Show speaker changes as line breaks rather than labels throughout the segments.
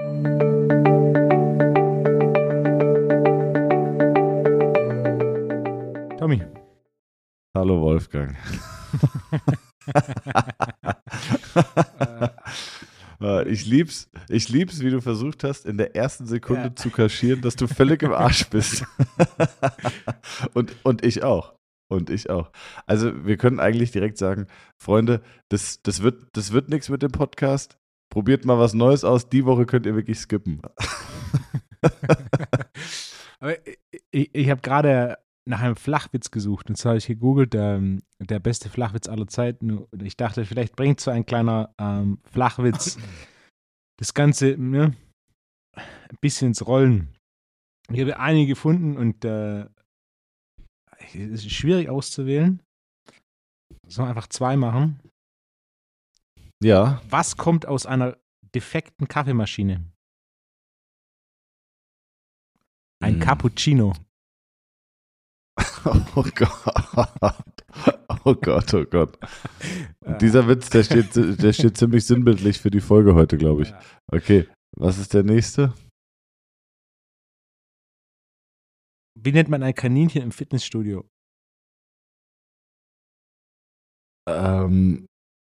Tommy.
Hallo Wolfgang. Ich lieb's, wie du versucht hast, in der ersten Sekunde zu kaschieren, dass du völlig im Arsch bist. Und ich auch. Also wir können eigentlich direkt sagen, Freunde, das wird nichts mit dem Podcast. Probiert mal was Neues aus. Die Woche könnt ihr wirklich skippen.
Aber ich habe gerade nach einem Flachwitz gesucht. Und zwar habe ich gegoogelt, der beste Flachwitz aller Zeiten. Und ich dachte, vielleicht bringt so ein kleiner Flachwitz das Ganze ein bisschen ins Rollen. Ich habe einige gefunden und es ist schwierig auszuwählen. Sollen wir einfach 2 machen?
Ja.
Was kommt aus einer defekten Kaffeemaschine? Ein Cappuccino.
Oh Gott. Oh Gott. Und dieser Witz, der steht ziemlich sinnbildlich für die Folge heute, glaube ich. Okay, was ist der nächste?
Wie nennt man ein Kaninchen im Fitnessstudio?
Ein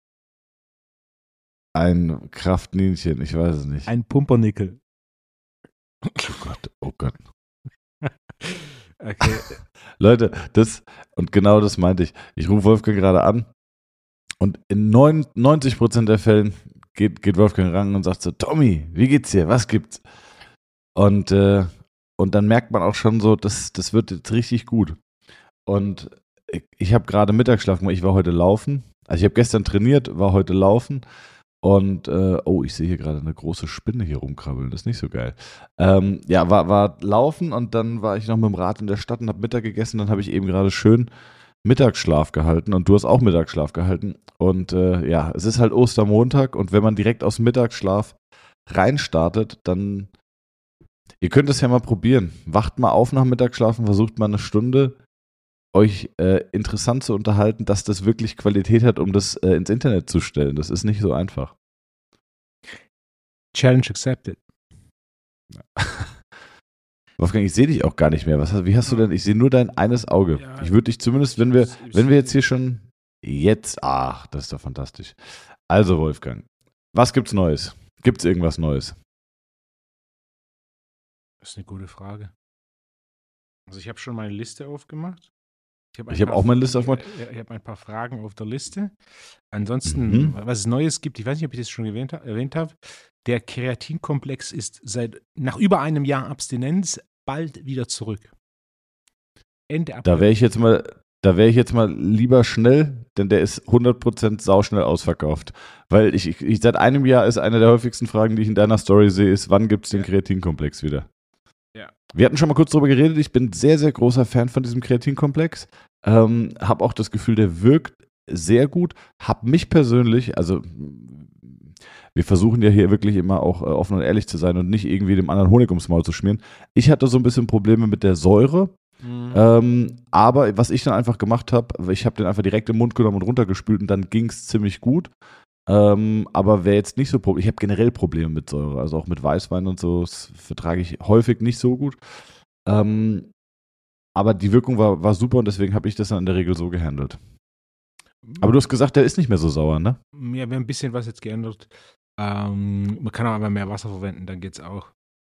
Kraftninchen, ich weiß es nicht.
Ein Pumpernickel.
Oh Gott.
Okay.
Leute, genau das meinte ich. Ich rufe Wolfgang gerade an und in 90% der Fällen geht Wolfgang ran und sagt so, Tommy, wie geht's dir? Was gibt's? Und dann merkt man auch schon so, das wird jetzt richtig gut. Und ich habe gerade Mittagsschlaf gemacht, ich war heute laufen. Also ich habe gestern trainiert, war heute laufen. Und, ich sehe hier gerade eine große Spinne hier rumkrabbeln, das ist nicht so geil. War laufen und dann war ich noch mit dem Rad in der Stadt und habe Mittag gegessen, dann habe ich eben gerade schön Mittagsschlaf gehalten und du hast auch Mittagsschlaf gehalten. Und es ist halt Ostermontag und wenn man direkt aus dem Mittagsschlaf reinstartet, dann, ihr könnt es ja mal probieren. Wacht mal auf nach Mittagsschlafen, versucht mal eine Stunde euch interessant zu unterhalten, dass das wirklich Qualität hat, um das ins Internet zu stellen. Das ist nicht so einfach.
Challenge accepted.
Wolfgang, ich sehe dich auch gar nicht mehr. Wie hast du denn? Ich sehe nur dein eines Auge. Ja, ich würde dich zumindest, wenn wir jetzt hier schon das ist doch fantastisch. Also Wolfgang, was gibt's Neues? Gibt's irgendwas Neues?
Das ist eine gute Frage. Also ich habe schon meine Liste aufgemacht.
Ich habe auch meine Liste aufgemacht.
Ich habe ein paar Fragen auf der Liste. Ansonsten, was es Neues gibt, ich weiß nicht, ob ich das schon erwähnt habe, der Kreatinkomplex ist nach über einem Jahr Abstinenz bald wieder zurück. Ende April.
Da wäre ich jetzt mal lieber schnell, denn der ist 100% sauschnell ausverkauft. Weil ich seit einem Jahr ist eine der häufigsten Fragen, die ich in deiner Story sehe, ist, wann gibt es den Kreatinkomplex wieder?
Ja.
Wir hatten schon mal kurz drüber geredet, ich bin sehr, sehr großer Fan von diesem Kreatinkomplex. Habe auch das Gefühl, der wirkt sehr gut. Habe mich persönlich, also wir versuchen ja hier wirklich immer auch offen und ehrlich zu sein und nicht irgendwie dem anderen Honig ums Maul zu schmieren. Ich hatte so ein bisschen Probleme mit der Säure. Aber was ich dann einfach gemacht habe, ich habe den einfach direkt im Mund genommen und runtergespült und dann ging es ziemlich gut. Aber wäre jetzt nicht so, ich habe generell Probleme mit Säure, also auch mit Weißwein und so, das vertrage ich häufig nicht so gut. Aber die Wirkung war super und deswegen habe ich das dann in der Regel so gehandelt. Aber du hast gesagt, der ist nicht mehr so sauer, ne?
Ja, wir haben ein bisschen was jetzt geändert. Man kann auch einfach mehr Wasser verwenden, dann geht's auch.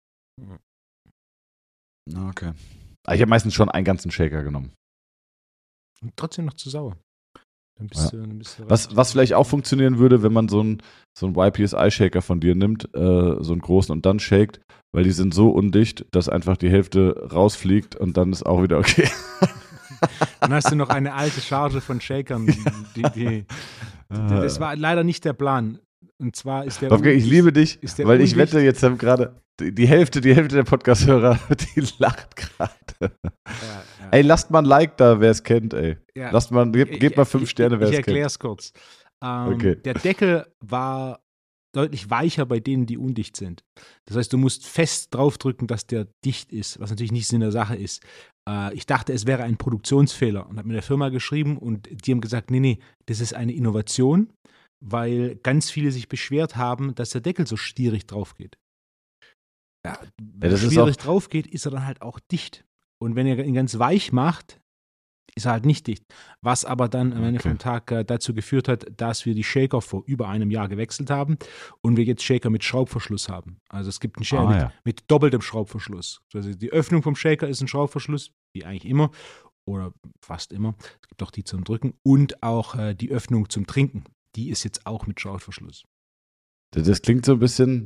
Okay. Ich habe meistens schon einen ganzen Shaker genommen.
Und trotzdem noch zu sauer. Dann bist du
was vielleicht auch funktionieren würde, wenn man so einen YPSI-Shaker von dir nimmt, so einen großen und dann shakt, weil die sind so undicht, dass einfach die Hälfte rausfliegt und dann ist auch wieder okay.
Dann hast du noch eine alte Charge von Shakern. Das war leider nicht der Plan. Und zwar ist der.
Wolfgang, ich liebe dich, weil ich wette, jetzt haben gerade die Hälfte der Podcast-Hörer, die lacht gerade. Ja. Ey, lasst mal ein Like da, wer es kennt, ey. Ja. Gebt mal 5 Sterne, wer es kennt.
Ich erkläre es kurz.
Okay.
Der Deckel war deutlich weicher bei denen, die undicht sind. Das heißt, du musst fest draufdrücken, dass der dicht ist, was natürlich nicht Sinn der Sache ist. Ich dachte, es wäre ein Produktionsfehler und habe mit der Firma geschrieben und die haben gesagt, nee, das ist eine Innovation, weil ganz viele sich beschwert haben, dass der Deckel so stierig drauf geht. wenn
das
er
ist
schwierig
auch,
drauf geht, ist er dann halt auch dicht. Und wenn ihr ihn ganz weich macht, ist er halt nicht dicht. Was aber dann am Ende
Okay.
vom Tag dazu geführt hat, dass wir die Shaker vor über einem Jahr gewechselt haben und wir jetzt Shaker mit Schraubverschluss haben. Also es gibt einen Shaker
ja.
mit doppeltem Schraubverschluss. Also die Öffnung vom Shaker ist ein Schraubverschluss, wie eigentlich immer oder fast immer. Es gibt auch die zum Drücken und auch die Öffnung zum Trinken. Die ist jetzt auch mit Schraubverschluss.
Das klingt so ein bisschen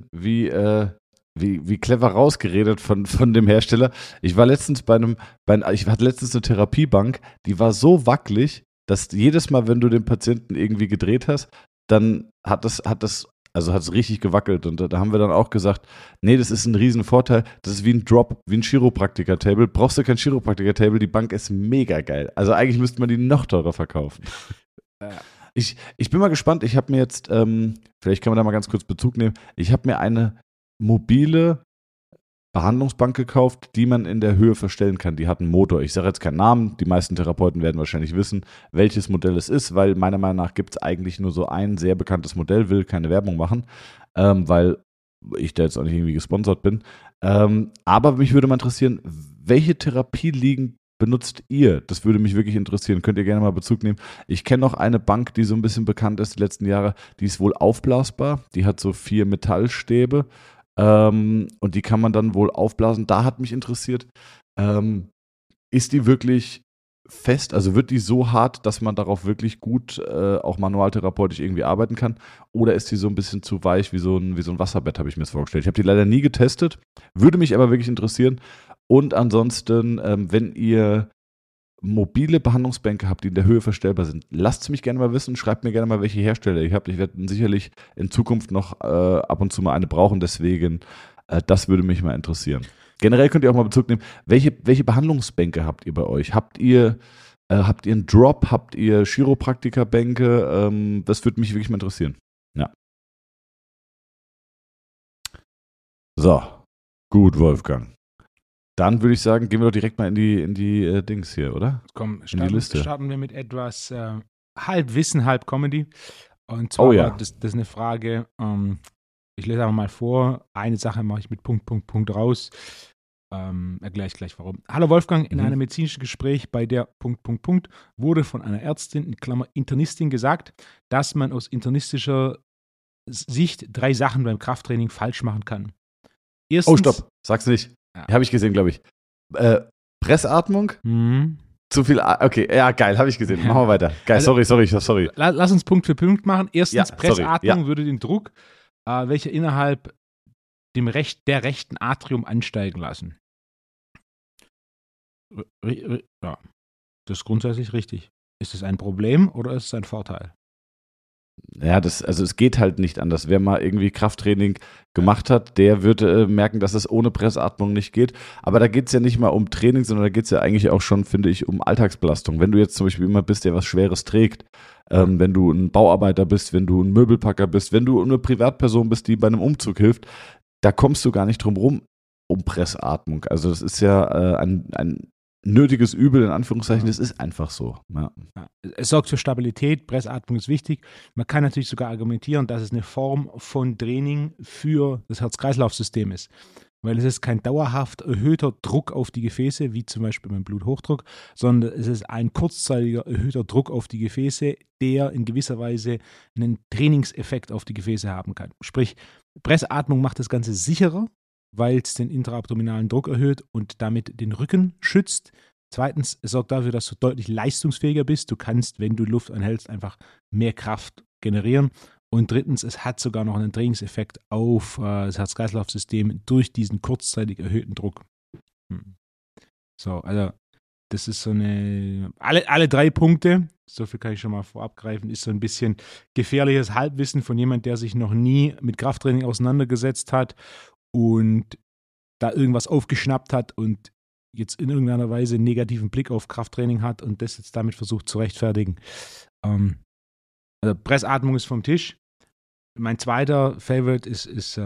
wie clever rausgeredet von dem Hersteller. Ich war letztens ich hatte letztens eine Therapiebank, die war so wackelig, dass jedes Mal, wenn du den Patienten irgendwie gedreht hast, dann hat es richtig gewackelt. Und da haben wir dann auch gesagt, nee, das ist ein Riesenvorteil. Das ist wie ein Drop, wie ein Chiropraktiker-Table. Brauchst du kein Chiropraktiker-Table, die Bank ist mega geil. Also eigentlich müsste man die noch teurer verkaufen. Ich bin mal gespannt. Ich habe mir jetzt, vielleicht kann man da mal ganz kurz Bezug nehmen. Ich habe mir eine mobile Behandlungsbank gekauft, die man in der Höhe verstellen kann. Die hat einen Motor. Ich sage jetzt keinen Namen. Die meisten Therapeuten werden wahrscheinlich wissen, welches Modell es ist, weil meiner Meinung nach gibt es eigentlich nur so ein sehr bekanntes Modell, will keine Werbung machen, weil ich da jetzt auch nicht irgendwie gesponsert bin. Aber mich würde mal interessieren, welche Therapieliegen benutzt ihr? Das würde mich wirklich interessieren. Könnt ihr gerne mal Bezug nehmen. Ich kenne noch eine Bank, die so ein bisschen bekannt ist die letzten Jahre. Die ist wohl aufblasbar. Die hat so 4 Metallstäbe. Und die kann man dann wohl aufblasen. Da hat mich interessiert, ist die wirklich fest, also wird die so hart, dass man darauf wirklich gut auch manualtherapeutisch irgendwie arbeiten kann? Oder ist die so ein bisschen zu weich wie so ein Wasserbett, habe ich mir das vorgestellt. Ich habe die leider nie getestet, würde mich aber wirklich interessieren. Und ansonsten, wenn ihr mobile Behandlungsbänke habt, die in der Höhe verstellbar sind, lasst es mich gerne mal wissen, schreibt mir gerne mal, welche Hersteller ihr habt. Ich werde sicherlich in Zukunft noch ab und zu mal eine brauchen, deswegen, das würde mich mal interessieren. Generell könnt ihr auch mal Bezug nehmen, welche Behandlungsbänke habt ihr bei euch? Habt ihr einen Drop? Habt ihr Chiropraktika-Bänke? Das würde mich wirklich mal interessieren. Ja. So, gut, Wolfgang. Dann würde ich sagen, gehen wir doch direkt mal in die Dings hier, oder?
Komm,
in die Liste.
starten wir mit etwas halb Wissen, halb Comedy. Und zwar war das eine Frage, ich lese einfach mal vor. Eine Sache mache ich mit Punkt raus. Erkläre ich gleich warum. Hallo Wolfgang, in einem medizinischen Gespräch bei der wurde von einer Ärztin, in Klammer Internistin, gesagt, dass man aus internistischer Sicht 3 Sachen beim Krafttraining falsch machen kann. Erstens,
oh, stopp, sag's nicht. Ja. Habe ich gesehen, glaube ich. Pressatmung? Zu viel. Okay, ja, geil, habe ich gesehen. Machen wir weiter. Geil, also, sorry.
Lass uns Punkt für Punkt machen. Erstens, Pressatmung würde den Druck, welcher innerhalb der rechten Atrium ansteigen lassen. Ja, das ist grundsätzlich richtig. Ist es ein Problem oder ist es ein Vorteil?
Ja, es geht halt nicht anders. Wer mal irgendwie Krafttraining gemacht hat, der wird merken, dass es ohne Pressatmung nicht geht. Aber da geht es ja nicht mal um Training, sondern da geht es ja eigentlich auch schon, finde ich, um Alltagsbelastung. Wenn du jetzt zum Beispiel immer bist, der was Schweres trägt, wenn du ein Bauarbeiter bist, wenn du ein Möbelpacker bist, wenn du eine Privatperson bist, die bei einem Umzug hilft, da kommst du gar nicht drum rum um Pressatmung. Also das ist ja ein nötiges Übel, in Anführungszeichen, das ist einfach so. Ja.
Es sorgt für Stabilität, Pressatmung ist wichtig. Man kann natürlich sogar argumentieren, dass es eine Form von Training für das Herz-Kreislauf-System ist. Weil es ist kein dauerhaft erhöhter Druck auf die Gefäße, wie zum Beispiel beim Bluthochdruck, sondern es ist ein kurzzeitiger erhöhter Druck auf die Gefäße, der in gewisser Weise einen Trainingseffekt auf die Gefäße haben kann. Sprich, Pressatmung macht das Ganze sicherer, weil es den intraabdominalen Druck erhöht und damit den Rücken schützt. Zweitens, es sorgt dafür, dass du deutlich leistungsfähiger bist. Du kannst, wenn du Luft anhältst, einfach mehr Kraft generieren. Und drittens, es hat sogar noch einen Trainingseffekt auf das Herz-Kreislauf-System durch diesen kurzzeitig erhöhten Druck. So, also das ist so eine, alle 3 Punkte, so viel kann ich schon mal vorab greifen, ist so ein bisschen gefährliches Halbwissen von jemand, der sich noch nie mit Krafttraining auseinandergesetzt hat und da irgendwas aufgeschnappt hat und jetzt in irgendeiner Weise einen negativen Blick auf Krafttraining hat und das jetzt damit versucht zu rechtfertigen. Also Pressatmung ist vom Tisch. Mein zweiter Favorite ist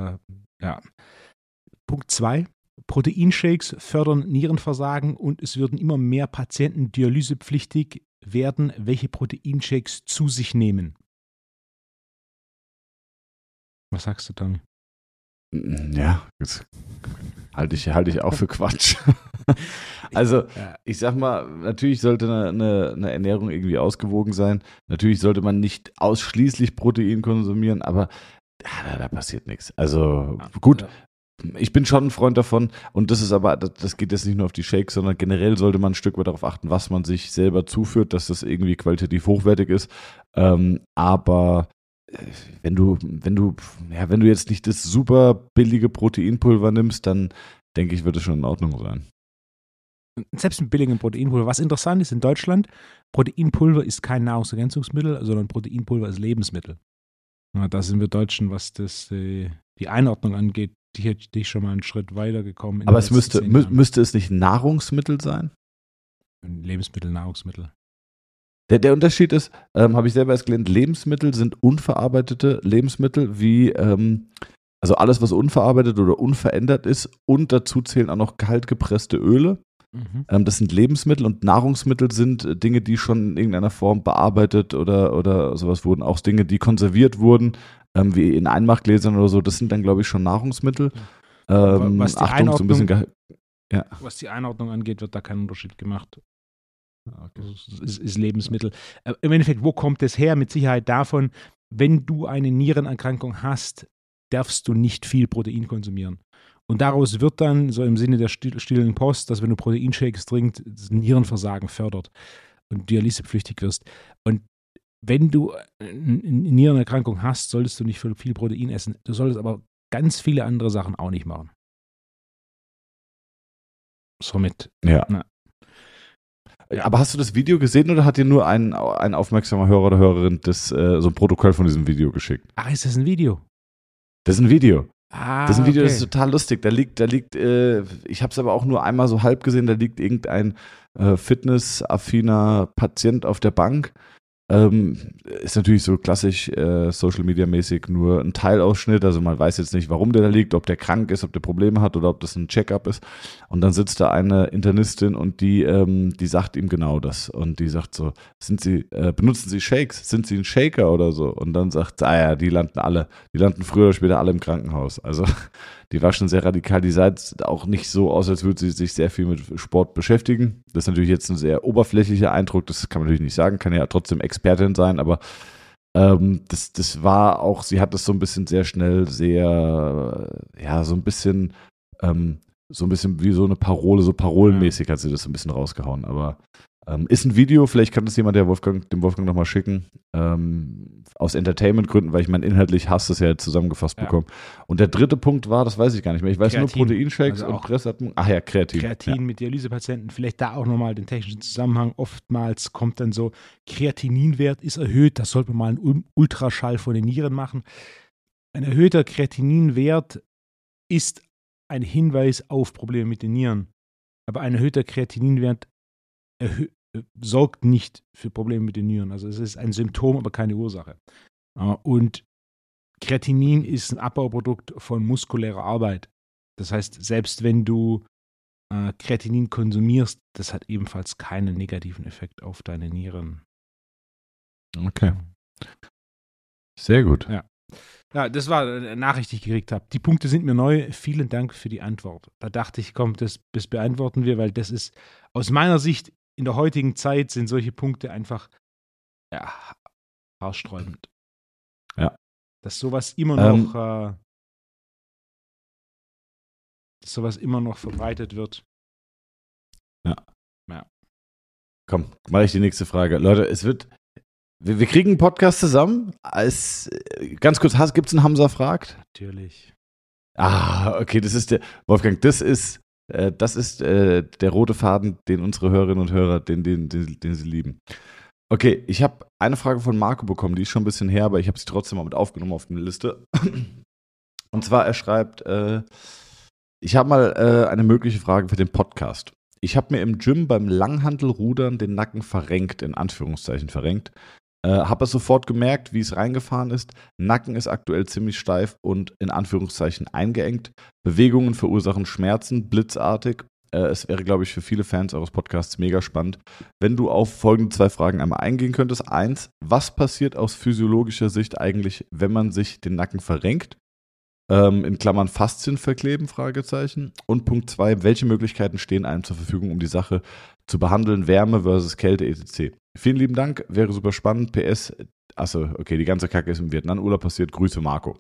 Punkt 2. Proteinshakes fördern Nierenversagen und es würden immer mehr Patienten dialysepflichtig werden, welche Proteinshakes zu sich nehmen. Was sagst du, Tommy?
Ja, das Halte ich auch für Quatsch. Also, ich sag mal, natürlich sollte eine Ernährung irgendwie ausgewogen sein. Natürlich sollte man nicht ausschließlich Protein konsumieren, aber da passiert nichts. Also, gut. Ich bin schon ein Freund davon und das geht jetzt nicht nur auf die Shakes, sondern generell sollte man ein Stück weit darauf achten, was man sich selber zuführt, dass das irgendwie qualitativ hochwertig ist. Aber wenn du jetzt nicht das super billige Proteinpulver nimmst, dann denke ich, wird es schon in Ordnung sein.
Selbst mit billigem Proteinpulver. Was interessant ist in Deutschland, Proteinpulver ist kein Nahrungsergänzungsmittel, sondern Proteinpulver ist Lebensmittel. Ja, da sind wir Deutschen, was die Einordnung angeht, die hätte ich schon mal einen Schritt weiter gekommen.
Aber es müsste es nicht Nahrungsmittel sein?
Lebensmittel, Nahrungsmittel.
Der Unterschied ist, habe ich selber erst gelernt, Lebensmittel sind unverarbeitete Lebensmittel, wie also alles, was unverarbeitet oder unverändert ist, und dazu zählen auch noch kaltgepresste Öle. Das sind Lebensmittel, und Nahrungsmittel sind Dinge, die schon in irgendeiner Form bearbeitet oder sowas wurden. Auch Dinge, die konserviert wurden, wie in Einmachgläsern oder so, das sind dann, glaube ich, schon Nahrungsmittel.
Was die
Achtung, so ein bisschen
was die Einordnung angeht, wird da kein Unterschied gemacht.
Okay.
Es ist Lebensmittel. Im Endeffekt, wo kommt es her? Mit Sicherheit davon, wenn du eine Nierenerkrankung hast, darfst du nicht viel Protein konsumieren. Und daraus wird dann, so im Sinne der stillen Post, dass wenn du Proteinshakes trinkst, das Nierenversagen fördert und dialysepflichtig wirst. Und wenn du eine Nierenerkrankung hast, solltest du nicht viel Protein essen. Du solltest aber ganz viele andere Sachen auch nicht machen. Somit.
Ja. Aber hast du das Video gesehen oder hat dir nur ein aufmerksamer Hörer oder Hörerin so ein Protokoll von diesem Video geschickt?
Ach, ist das ein Video?
Das ist ein Video. Das ist ein Video,
okay.
Das ist total lustig. Da liegt, ich habe es aber auch nur einmal so halb gesehen, da liegt irgendein fitnessaffiner Patient auf der Bank. Ist natürlich so klassisch Social Media mäßig nur ein Teilausschnitt, also man weiß jetzt nicht, warum der da liegt, ob der krank ist, ob der Probleme hat oder ob das ein Check-up ist. Und dann sitzt da eine Internistin und die sagt ihm genau das. Und die sagt so, benutzen Sie Shakes? Sind Sie ein Shaker oder so? Und dann sagt sie, die landen früher oder später alle im Krankenhaus. Also die war schon sehr radikal. Die sah jetzt auch nicht so aus, als würde sie sich sehr viel mit Sport beschäftigen. Das ist natürlich jetzt ein sehr oberflächlicher Eindruck, das kann man natürlich nicht sagen, kann ja trotzdem Expertin sein, aber das war auch, sie hat das so ein bisschen sehr schnell, so ein bisschen wie so eine Parole, so parolenmäßig hat sie das so ein bisschen rausgehauen, aber ist ein Video, vielleicht kann das jemand dem Wolfgang nochmal schicken, aus Entertainment-Gründen, weil ich meine, inhaltlich hast du es ja zusammengefasst bekommen. Und der dritte Punkt war, das weiß ich gar nicht mehr, ich weiß
Kreatin.
nur Proteinshakes
Also
und Pressatmung. Ach ja, Kreatin.
Kreatin mit Dialysepatienten, vielleicht da auch nochmal den technischen Zusammenhang. Oftmals kommt dann so, Kreatininwert ist erhöht, da sollte man mal einen Ultraschall von den Nieren machen. Ein erhöhter Kreatininwert ist ein Hinweis auf Probleme mit den Nieren. Aber ein erhöhter Kreatininwert sorgt nicht für Probleme mit den Nieren. Also es ist ein Symptom, aber keine Ursache. Und Kreatinin ist ein Abbauprodukt von muskulärer Arbeit. Das heißt, selbst wenn du Kreatinin konsumierst, das hat ebenfalls keinen negativen Effekt auf deine Nieren.
Okay. Sehr gut.
Ja, das war eine Nachricht, die ich gekriegt habe. Die Punkte sind mir neu. Vielen Dank für die Antwort. Da dachte ich, komm, das beantworten wir, weil das ist aus meiner Sicht in der heutigen Zeit sind solche Punkte einfach haarsträubend.
Ja.
Dass sowas immer noch verbreitet wird.
Ja. Komm, mache ich die nächste Frage. Leute, wir kriegen einen Podcast zusammen. Ganz kurz, gibt es einen Hamza fragt?
Natürlich.
Okay, das ist Wolfgang, das ist der rote Faden, den unsere Hörerinnen und Hörer, den sie lieben. Okay, ich habe eine Frage von Marco bekommen, die ist schon ein bisschen her, aber ich habe sie trotzdem mal mit aufgenommen auf eine Liste. Und zwar, er schreibt, ich habe mal eine mögliche Frage für den Podcast. Ich habe mir im Gym beim Langhantelrudern den Nacken verrenkt, in Anführungszeichen verrenkt. Habe es sofort gemerkt, wie es reingefahren ist. Nacken ist aktuell ziemlich steif und in Anführungszeichen eingeengt. Bewegungen verursachen Schmerzen, blitzartig. Es wäre, glaube ich, für viele Fans eures Podcasts mega spannend, wenn du auf folgende 2 Fragen einmal eingehen könntest. 1, was passiert aus physiologischer Sicht eigentlich, wenn man sich den Nacken verrenkt? in Klammern Faszien verkleben, Fragezeichen. Und Punkt 2, welche Möglichkeiten stehen einem zur Verfügung, um die Sache zu behandeln, Wärme versus Kälte, etc. Vielen lieben Dank, wäre super spannend. PS, achso, okay, die ganze Kacke ist im Vietnam-Urlaub passiert. Grüße, Marco.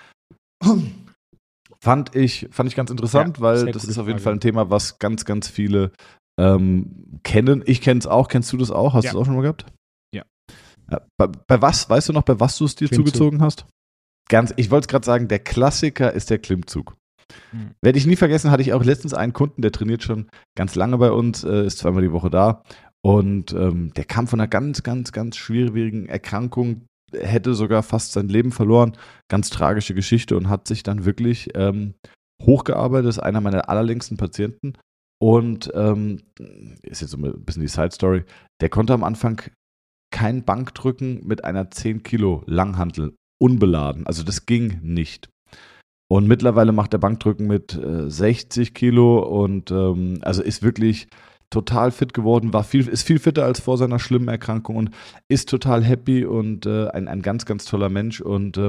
Fand ich ganz interessant,
Ja,
weil
sehr
das
gute
ist auf jeden
Frage.
Fall ein Thema, was ganz, ganz viele kennen. Ich kenne es auch. Kennst du das auch? Hast
Ja.
du es auch schon mal gehabt?
Ja.
Bei was, weißt du noch, bei was du es dir
Klimmzug.
zugezogen hast? Ich wollte es gerade sagen, der Klassiker ist der Klimmzug.
Mhm.
Werde ich nie vergessen, hatte ich auch letztens einen Kunden, der trainiert schon ganz lange bei uns, ist zweimal die Woche da und der kam von einer ganz, ganz, ganz schwierigen Erkrankung, hätte sogar fast sein Leben verloren, ganz tragische Geschichte und hat sich dann wirklich hochgearbeitet, ist einer meiner allerlängsten Patienten und ist jetzt so ein bisschen die Side-Story, der konnte am Anfang kein Bankdrücken mit einer 10 Kilo Langhantel unbeladen, also das ging nicht. Und mittlerweile macht er Bankdrücken mit 60 Kilo und also ist wirklich total fit geworden, ist viel fitter als vor seiner schlimmen Erkrankung und ist total happy und ein ganz, ganz toller Mensch. Und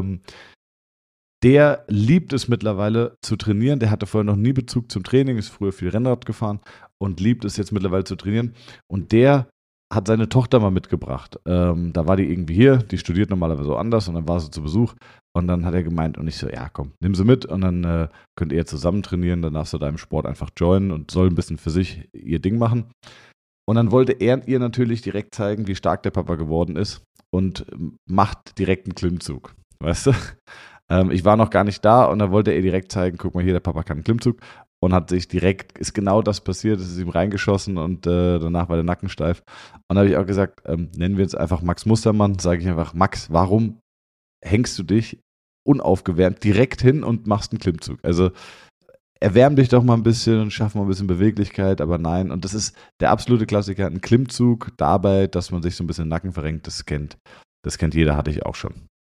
der liebt es mittlerweile zu trainieren. Der hatte vorher noch nie Bezug zum Training, ist früher viel Rennrad gefahren und liebt es jetzt mittlerweile zu trainieren. Und der hat seine Tochter mal mitgebracht. Da war die irgendwie hier, die studiert normalerweise so anders und dann war sie zu Besuch. Und dann hat er gemeint und ich so, ja komm, nimm sie mit und dann könnt ihr zusammen trainieren, dann darfst du da im Sport einfach joinen und soll ein bisschen für sich ihr Ding machen. Und dann wollte er ihr natürlich direkt zeigen, wie stark der Papa geworden ist und macht direkt einen Klimmzug, weißt du? Ich war noch gar nicht da und dann wollte er ihr direkt zeigen, guck mal hier, der Papa kann einen Klimmzug und hat sich direkt, ist genau das passiert, ist ihm reingeschossen und danach war der Nacken steif. Und da habe ich auch gesagt, nennen wir jetzt einfach Max Mustermann, sage ich einfach, Max, warum hängst du dich unaufgewärmt direkt hin und machst einen Klimmzug? Also erwärm dich doch mal ein bisschen und schaff mal ein bisschen Beweglichkeit, aber nein. Und das ist der absolute Klassiker, ein Klimmzug dabei, dass man sich so ein bisschen den Nacken verrenkt, das kennt jeder, hatte ich auch schon.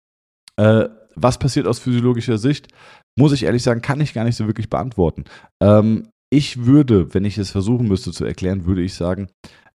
Was passiert aus physiologischer Sicht? Muss ich ehrlich sagen, kann ich gar nicht so wirklich beantworten. Ich würde, wenn ich es versuchen müsste zu erklären, würde ich sagen,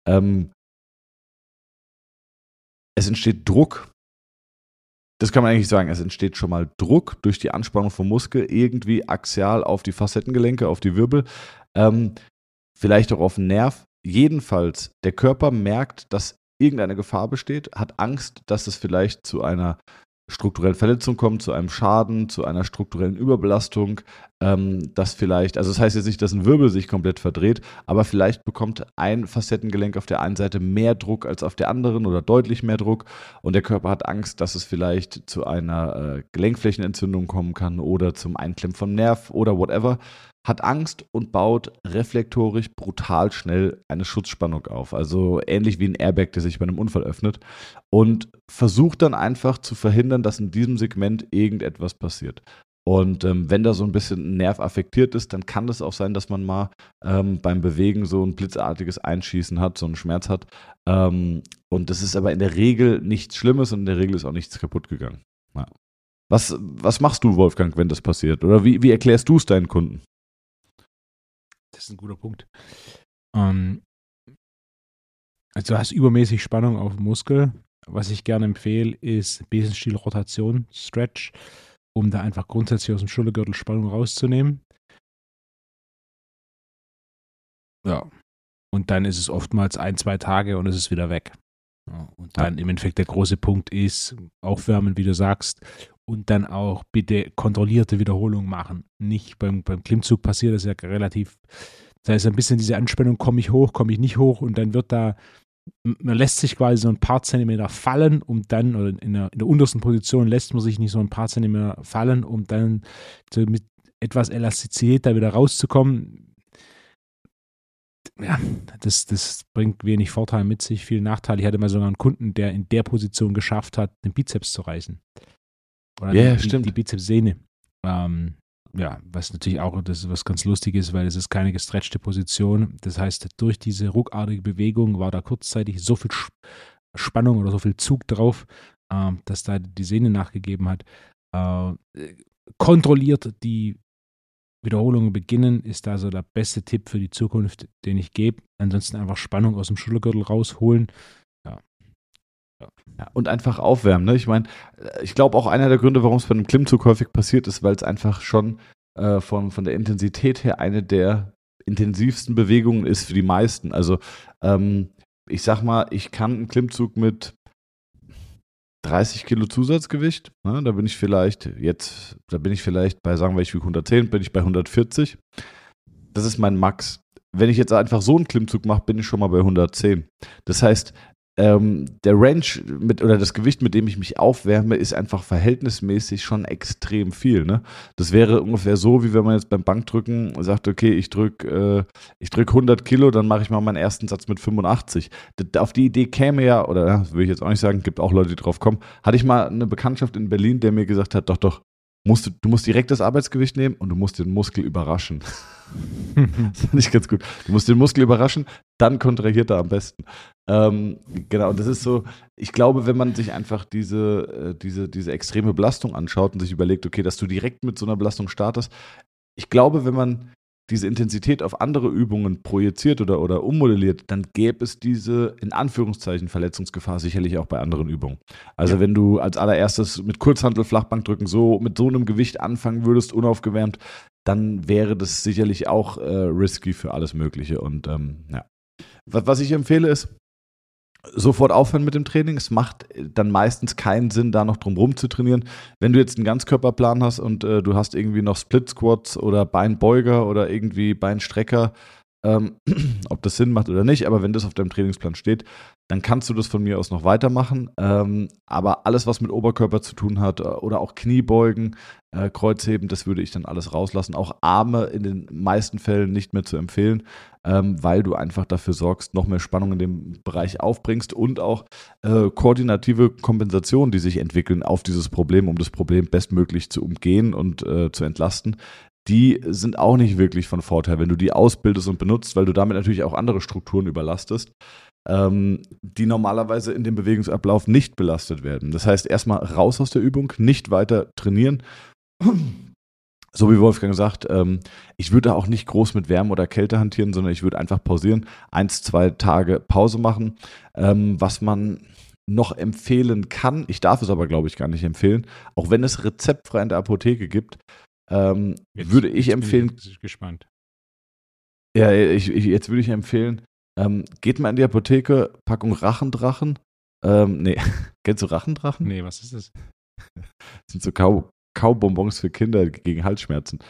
es entsteht Druck. Das kann man eigentlich sagen, es entsteht schon mal Druck durch die Anspannung vom Muskel, irgendwie axial auf die Facettengelenke, auf die Wirbel, vielleicht auch auf den Nerv. Jedenfalls, der Körper merkt, dass irgendeine Gefahr besteht, hat Angst, dass es vielleicht zu einer strukturellen Verletzung kommt, zu einem Schaden, zu einer strukturellen Überbelastung, dass vielleicht, also das heißt jetzt nicht, dass ein Wirbel sich komplett verdreht, aber vielleicht bekommt ein Facettengelenk auf der einen Seite mehr Druck als auf der anderen oder deutlich mehr Druck und der Körper hat Angst, dass es vielleicht zu einer Gelenkflächenentzündung kommen kann oder zum Einklemmen vom Nerv oder whatever, hat Angst und baut reflektorisch brutal schnell eine Schutzspannung auf. Also ähnlich wie ein Airbag, der sich bei einem Unfall öffnet und versucht dann einfach zu verhindern, dass in diesem Segment irgendetwas passiert. Und wenn da so ein bisschen ein Nerv affektiert ist, dann kann es auch sein, dass man mal beim Bewegen so ein blitzartiges Einschießen hat, so einen Schmerz hat. Und das ist aber in der Regel nichts Schlimmes und in der Regel ist auch nichts kaputt gegangen. Ja. Was machst du, Wolfgang, wenn das passiert? Oder wie erklärst du es deinen Kunden?
Das ist ein guter Punkt. Also du hast übermäßig Spannung auf dem Muskel. Was ich gerne empfehle, ist Besenstiel-Rotation, Stretch, um da einfach grundsätzlich aus dem Schultergürtel Spannung rauszunehmen. Ja. Und dann ist es oftmals 1-2 Tage und es ist wieder weg. Ja, und dann im Endeffekt der große Punkt ist, aufwärmen, wie du sagst, und dann auch bitte kontrollierte Wiederholungen machen. Nicht beim Klimmzug passiert das ja relativ, da ist ein bisschen diese Anspannung, komme ich hoch, komme ich nicht hoch und dann wird da, man lässt sich quasi so ein paar Zentimeter fallen, um dann, oder in der untersten Position lässt man sich nicht so ein paar Zentimeter fallen, um dann so mit etwas Elastizität da wieder rauszukommen. Ja, das bringt wenig Vorteil mit sich, viel Nachteil. Ich hatte mal sogar einen Kunden, der in der Position geschafft hat, den Bizeps zu reißen. Oder die Bizepssehne. Ja, was natürlich auch das was ganz lustig ist, weil es ist keine gestretchte Position. Das heißt, durch diese ruckartige Bewegung war da kurzzeitig so viel Spannung oder so viel Zug drauf, dass da die Sehne nachgegeben hat. Kontrolliert die Wiederholungen beginnen, ist da so der beste Tipp für die Zukunft, den ich gebe. Ansonsten einfach Spannung aus dem Schultergürtel rausholen. Ja.
Ja, und einfach aufwärmen. Ne? Ich meine, ich glaube auch einer der Gründe, warum es bei einem Klimmzug häufig passiert, ist, weil es einfach schon von der Intensität her eine der intensivsten Bewegungen ist für die meisten. Also ich sag mal, ich kann einen Klimmzug mit 30 Kilo Zusatzgewicht. Ne? Da bin ich vielleicht bei, sagen wir, ich wiege 110, bin ich bei 140. Das ist mein Max. Wenn ich jetzt einfach so einen Klimmzug mache, bin ich schon mal bei 110. Das heißt, der Range oder das Gewicht, mit dem ich mich aufwärme, ist einfach verhältnismäßig schon extrem viel. Ne? Das wäre ungefähr so, wie wenn man jetzt beim Bankdrücken sagt, okay, ich drück 100 Kilo, dann mache ich mal meinen ersten Satz mit 85. Auf die Idee käme ja, oder das will ich jetzt auch nicht sagen, gibt auch Leute, die drauf kommen, hatte ich mal eine Bekanntschaft in Berlin, der mir gesagt hat, doch, du musst direkt das Arbeitsgewicht nehmen und du musst den Muskel überraschen. Das fand ich ganz gut. Du musst den Muskel überraschen, dann kontrahiert er am besten. Genau, und das ist so, ich glaube, wenn man sich einfach diese extreme Belastung anschaut und sich überlegt, okay, dass du direkt mit so einer Belastung startest, ich glaube, wenn man diese Intensität auf andere Übungen projiziert oder ummodelliert, dann gäbe es diese, in Anführungszeichen, Verletzungsgefahr sicherlich auch bei anderen Übungen. Also wenn du als allererstes mit Kurzhantel, Flachbankdrücken mit so einem Gewicht anfangen würdest, unaufgewärmt, dann wäre das sicherlich auch risky für alles Mögliche. Und ja. Was ich empfehle ist, sofort aufhören mit dem Training. Es macht dann meistens keinen Sinn, da noch drum rum zu trainieren. Wenn du jetzt einen Ganzkörperplan hast und du hast irgendwie noch Split Squats oder Beinbeuger oder irgendwie Beinstrecker, ob das Sinn macht oder nicht, aber wenn das auf deinem Trainingsplan steht, dann kannst du das von mir aus noch weitermachen. Aber alles, was mit Oberkörper zu tun hat oder auch Kniebeugen, Kreuzheben, das würde ich dann alles rauslassen. Auch Arme in den meisten Fällen nicht mehr zu empfehlen, weil du einfach dafür sorgst, noch mehr Spannung in dem Bereich aufbringst und auch koordinative Kompensationen, die sich entwickeln auf dieses Problem, um das Problem bestmöglich zu umgehen und zu entlasten. Die sind auch nicht wirklich von Vorteil, wenn du die ausbildest und benutzt, weil du damit natürlich auch andere Strukturen überlastest, die normalerweise in dem Bewegungsablauf nicht belastet werden. Das heißt, erstmal raus aus der Übung, nicht weiter trainieren. So wie Wolfgang sagt, ich würde auch nicht groß mit Wärme oder Kälte hantieren, sondern ich würde einfach pausieren, 1-2 Tage Pause machen. Was man noch empfehlen kann, ich darf es aber, glaube ich, gar nicht empfehlen, auch wenn es rezeptfrei in der Apotheke gibt, würde ich empfehlen.
Bin ich gespannt.
Ja, jetzt würde ich empfehlen, geht mal in die Apotheke, Packung Rachendrachen. Nee, kennst du Rachendrachen?
Nee, was ist das?
Das sind so Kaubonbons für Kinder gegen Halsschmerzen.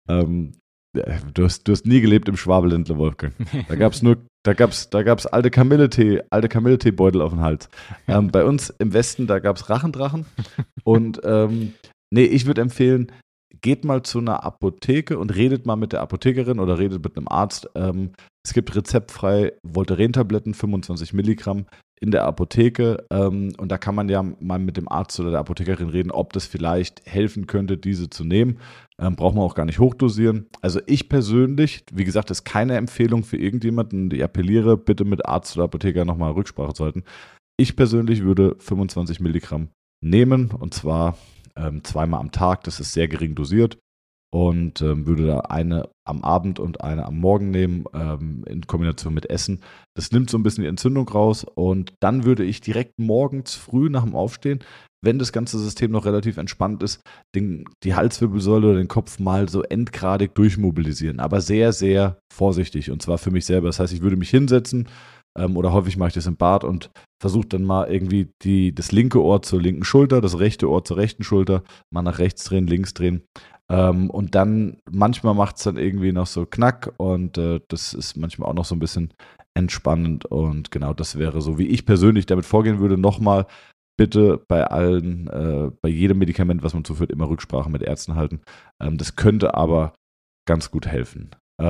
Du hast nie gelebt im Schwabeländle, Wolfgang. Da gab's alte Kamilletee-Beutel auf dem Hals. Bei uns im Westen, da gab es Rachendrachen. Und nee, ich würde empfehlen, geht mal zu einer Apotheke und redet mal mit der Apothekerin oder redet mit einem Arzt. Es gibt rezeptfrei Voltaren-Tabletten, 25 Milligramm in der Apotheke. Und da kann man ja mal mit dem Arzt oder der Apothekerin reden, ob das vielleicht helfen könnte, diese zu nehmen. Braucht man auch gar nicht hochdosieren. Also ich persönlich, wie gesagt, das ist keine Empfehlung für irgendjemanden. Ich appelliere, bitte mit Arzt oder Apotheker nochmal Rücksprache zu halten. Ich persönlich würde 25 Milligramm nehmen und zwar zweimal am Tag. Das ist sehr gering dosiert und würde da eine am Abend und eine am Morgen nehmen in Kombination mit Essen. Das nimmt so ein bisschen die Entzündung raus und dann würde ich direkt morgens früh nach dem Aufstehen, wenn das ganze System noch relativ entspannt ist, die Halswirbelsäule oder den Kopf mal so endgradig durchmobilisieren, aber sehr, sehr vorsichtig und zwar für mich selber. Das heißt, ich würde mich hinsetzen oder häufig mache ich das im Bad und versuche dann mal irgendwie das linke Ohr zur linken Schulter, das rechte Ohr zur rechten Schulter, mal nach rechts drehen, links drehen. Und dann manchmal macht es dann irgendwie noch so Knack und das ist manchmal auch noch so ein bisschen entspannend und genau das wäre so, wie ich persönlich damit vorgehen würde. Nochmal bitte bei jedem Medikament, was man zuführt, immer Rücksprache mit Ärzten halten. Das könnte aber ganz gut helfen.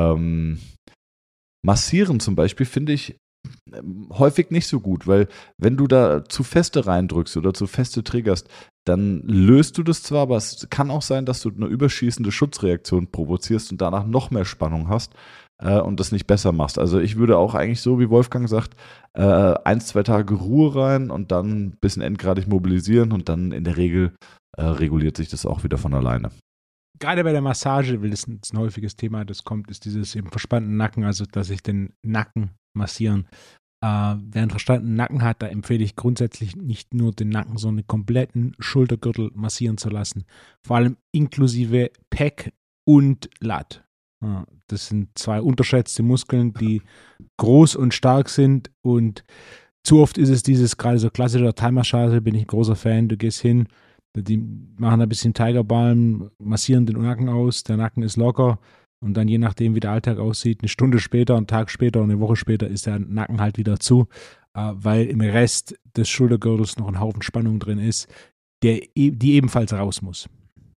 Massieren zum Beispiel finde ich häufig nicht so gut, weil wenn du da zu feste reindrückst oder zu feste triggerst, dann löst du das zwar, aber es kann auch sein, dass du eine überschießende Schutzreaktion provozierst und danach noch mehr Spannung hast und das nicht besser machst. Also ich würde auch eigentlich so, wie Wolfgang sagt, 1-2 Tage Ruhe rein und dann ein bisschen endgradig mobilisieren und dann in der Regel reguliert sich das auch wieder von alleine.
Gerade bei der Massage, weil das ein häufiges Thema, das kommt, ist dieses eben verspannten Nacken, also dass ich den Nacken massieren. wer einen verstandenen Nacken hat, da empfehle ich grundsätzlich nicht nur den Nacken, sondern den kompletten Schultergürtel massieren zu lassen. Vor allem inklusive Pec und Lat. Das sind zwei unterschätzte Muskeln, die groß und stark sind, und zu oft ist es dieses gerade so klassische Thai-Massage, bin ich ein großer Fan, du gehst hin, die machen ein bisschen Tiger Balm, massieren den Nacken aus, der Nacken ist locker, und dann je nachdem, wie der Alltag aussieht, eine Stunde später, einen Tag später, eine Woche später ist der Nacken halt wieder zu, weil im Rest des Schultergürtels noch ein Haufen Spannung drin ist, die ebenfalls raus muss.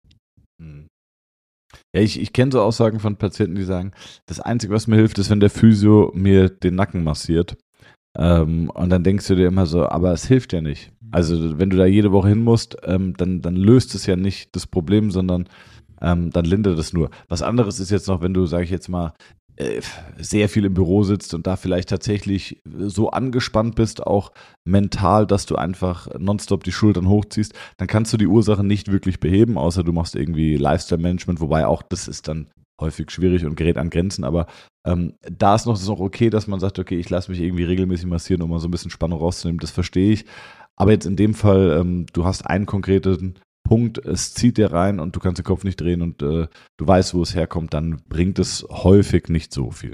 Ja, ich kenne so Aussagen von Patienten, die sagen, das Einzige, was mir hilft, ist, wenn der Physio mir den Nacken massiert. Und dann denkst du dir immer so, aber es hilft ja nicht. Also wenn du da jede Woche hin musst, dann löst es ja nicht das Problem, sondern dann lindert es nur. Was anderes ist jetzt noch, wenn du, sage ich jetzt mal, sehr viel im Büro sitzt und da vielleicht tatsächlich so angespannt bist, auch mental, dass du einfach nonstop die Schultern hochziehst, dann kannst du die Ursache nicht wirklich beheben, außer du machst irgendwie Lifestyle-Management, wobei auch das ist dann häufig schwierig und gerät an Grenzen, aber da ist noch okay, dass man sagt, okay, ich lasse mich irgendwie regelmäßig massieren, um mal so ein bisschen Spannung rauszunehmen, das verstehe ich. Aber jetzt in dem Fall, du hast einen konkreten Punkt, es zieht dir rein und du kannst den Kopf nicht drehen und du weißt, wo es herkommt, dann bringt es häufig nicht so viel.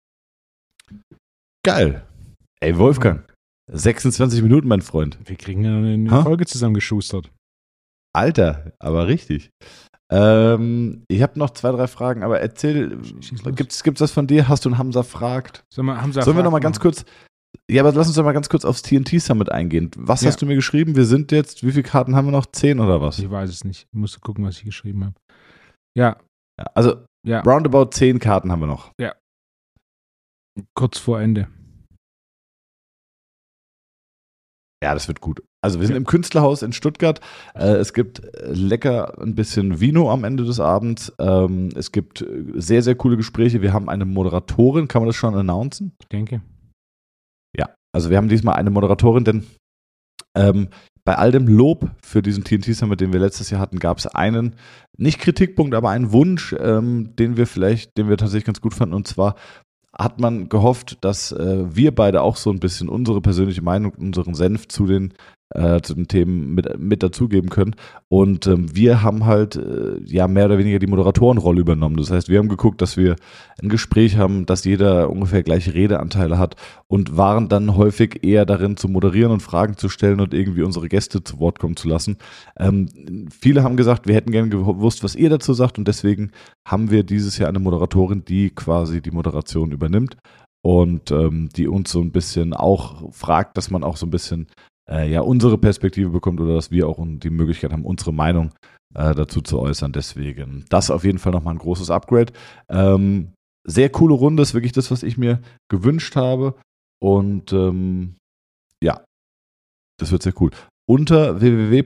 Geil. Ey, Wolfgang, 26 Minuten, mein Freund.
Wir kriegen ja eine Folge zusammengeschustert.
Alter, aber richtig. Ich habe noch 2, 3 Fragen, aber erzähl, gibt's das von dir? Hast du einen Hamza fragt? Sollen wir noch mal ganz kurz, ja, aber lass uns doch mal ganz kurz aufs TNT Summit eingehen. Was hast du mir geschrieben? Wir sind jetzt, wie viele Karten haben wir noch? 10 oder was?
Ich weiß es nicht. Ich musste gucken, was ich geschrieben habe. Ja.
Also, roundabout 10 Karten haben wir noch.
Ja. Kurz vor Ende.
Ja, das wird gut. Also wir sind im Künstlerhaus in Stuttgart. Es gibt lecker ein bisschen Vino am Ende des Abends. Es gibt sehr, sehr coole Gespräche. Wir haben eine Moderatorin. Kann man das schon announcen?
Ich denke.
Ja, also wir haben diesmal eine Moderatorin, denn bei all dem Lob für diesen TNT Summit, den wir letztes Jahr hatten, gab es einen, nicht Kritikpunkt, aber einen Wunsch, den wir tatsächlich ganz gut fanden. Und zwar hat man gehofft, dass wir beide auch so ein bisschen unsere persönliche Meinung, unseren Senf zu den Themen mit dazugeben können. Und wir haben halt mehr oder weniger die Moderatorenrolle übernommen. Das heißt, wir haben geguckt, dass wir ein Gespräch haben, dass jeder ungefähr gleiche Redeanteile hat und waren dann häufig eher darin zu moderieren und Fragen zu stellen und irgendwie unsere Gäste zu Wort kommen zu lassen. Viele haben gesagt, wir hätten gerne gewusst, was ihr dazu sagt, und deswegen haben wir dieses Jahr eine Moderatorin, die quasi die Moderation übernimmt und die uns so ein bisschen auch fragt, dass man auch so ein bisschen unsere Perspektive bekommt oder dass wir auch die Möglichkeit haben, unsere Meinung dazu zu äußern. Deswegen das auf jeden Fall nochmal ein großes Upgrade. Sehr coole Runde, ist wirklich das, was ich mir gewünscht habe. Und das wird sehr cool. Unter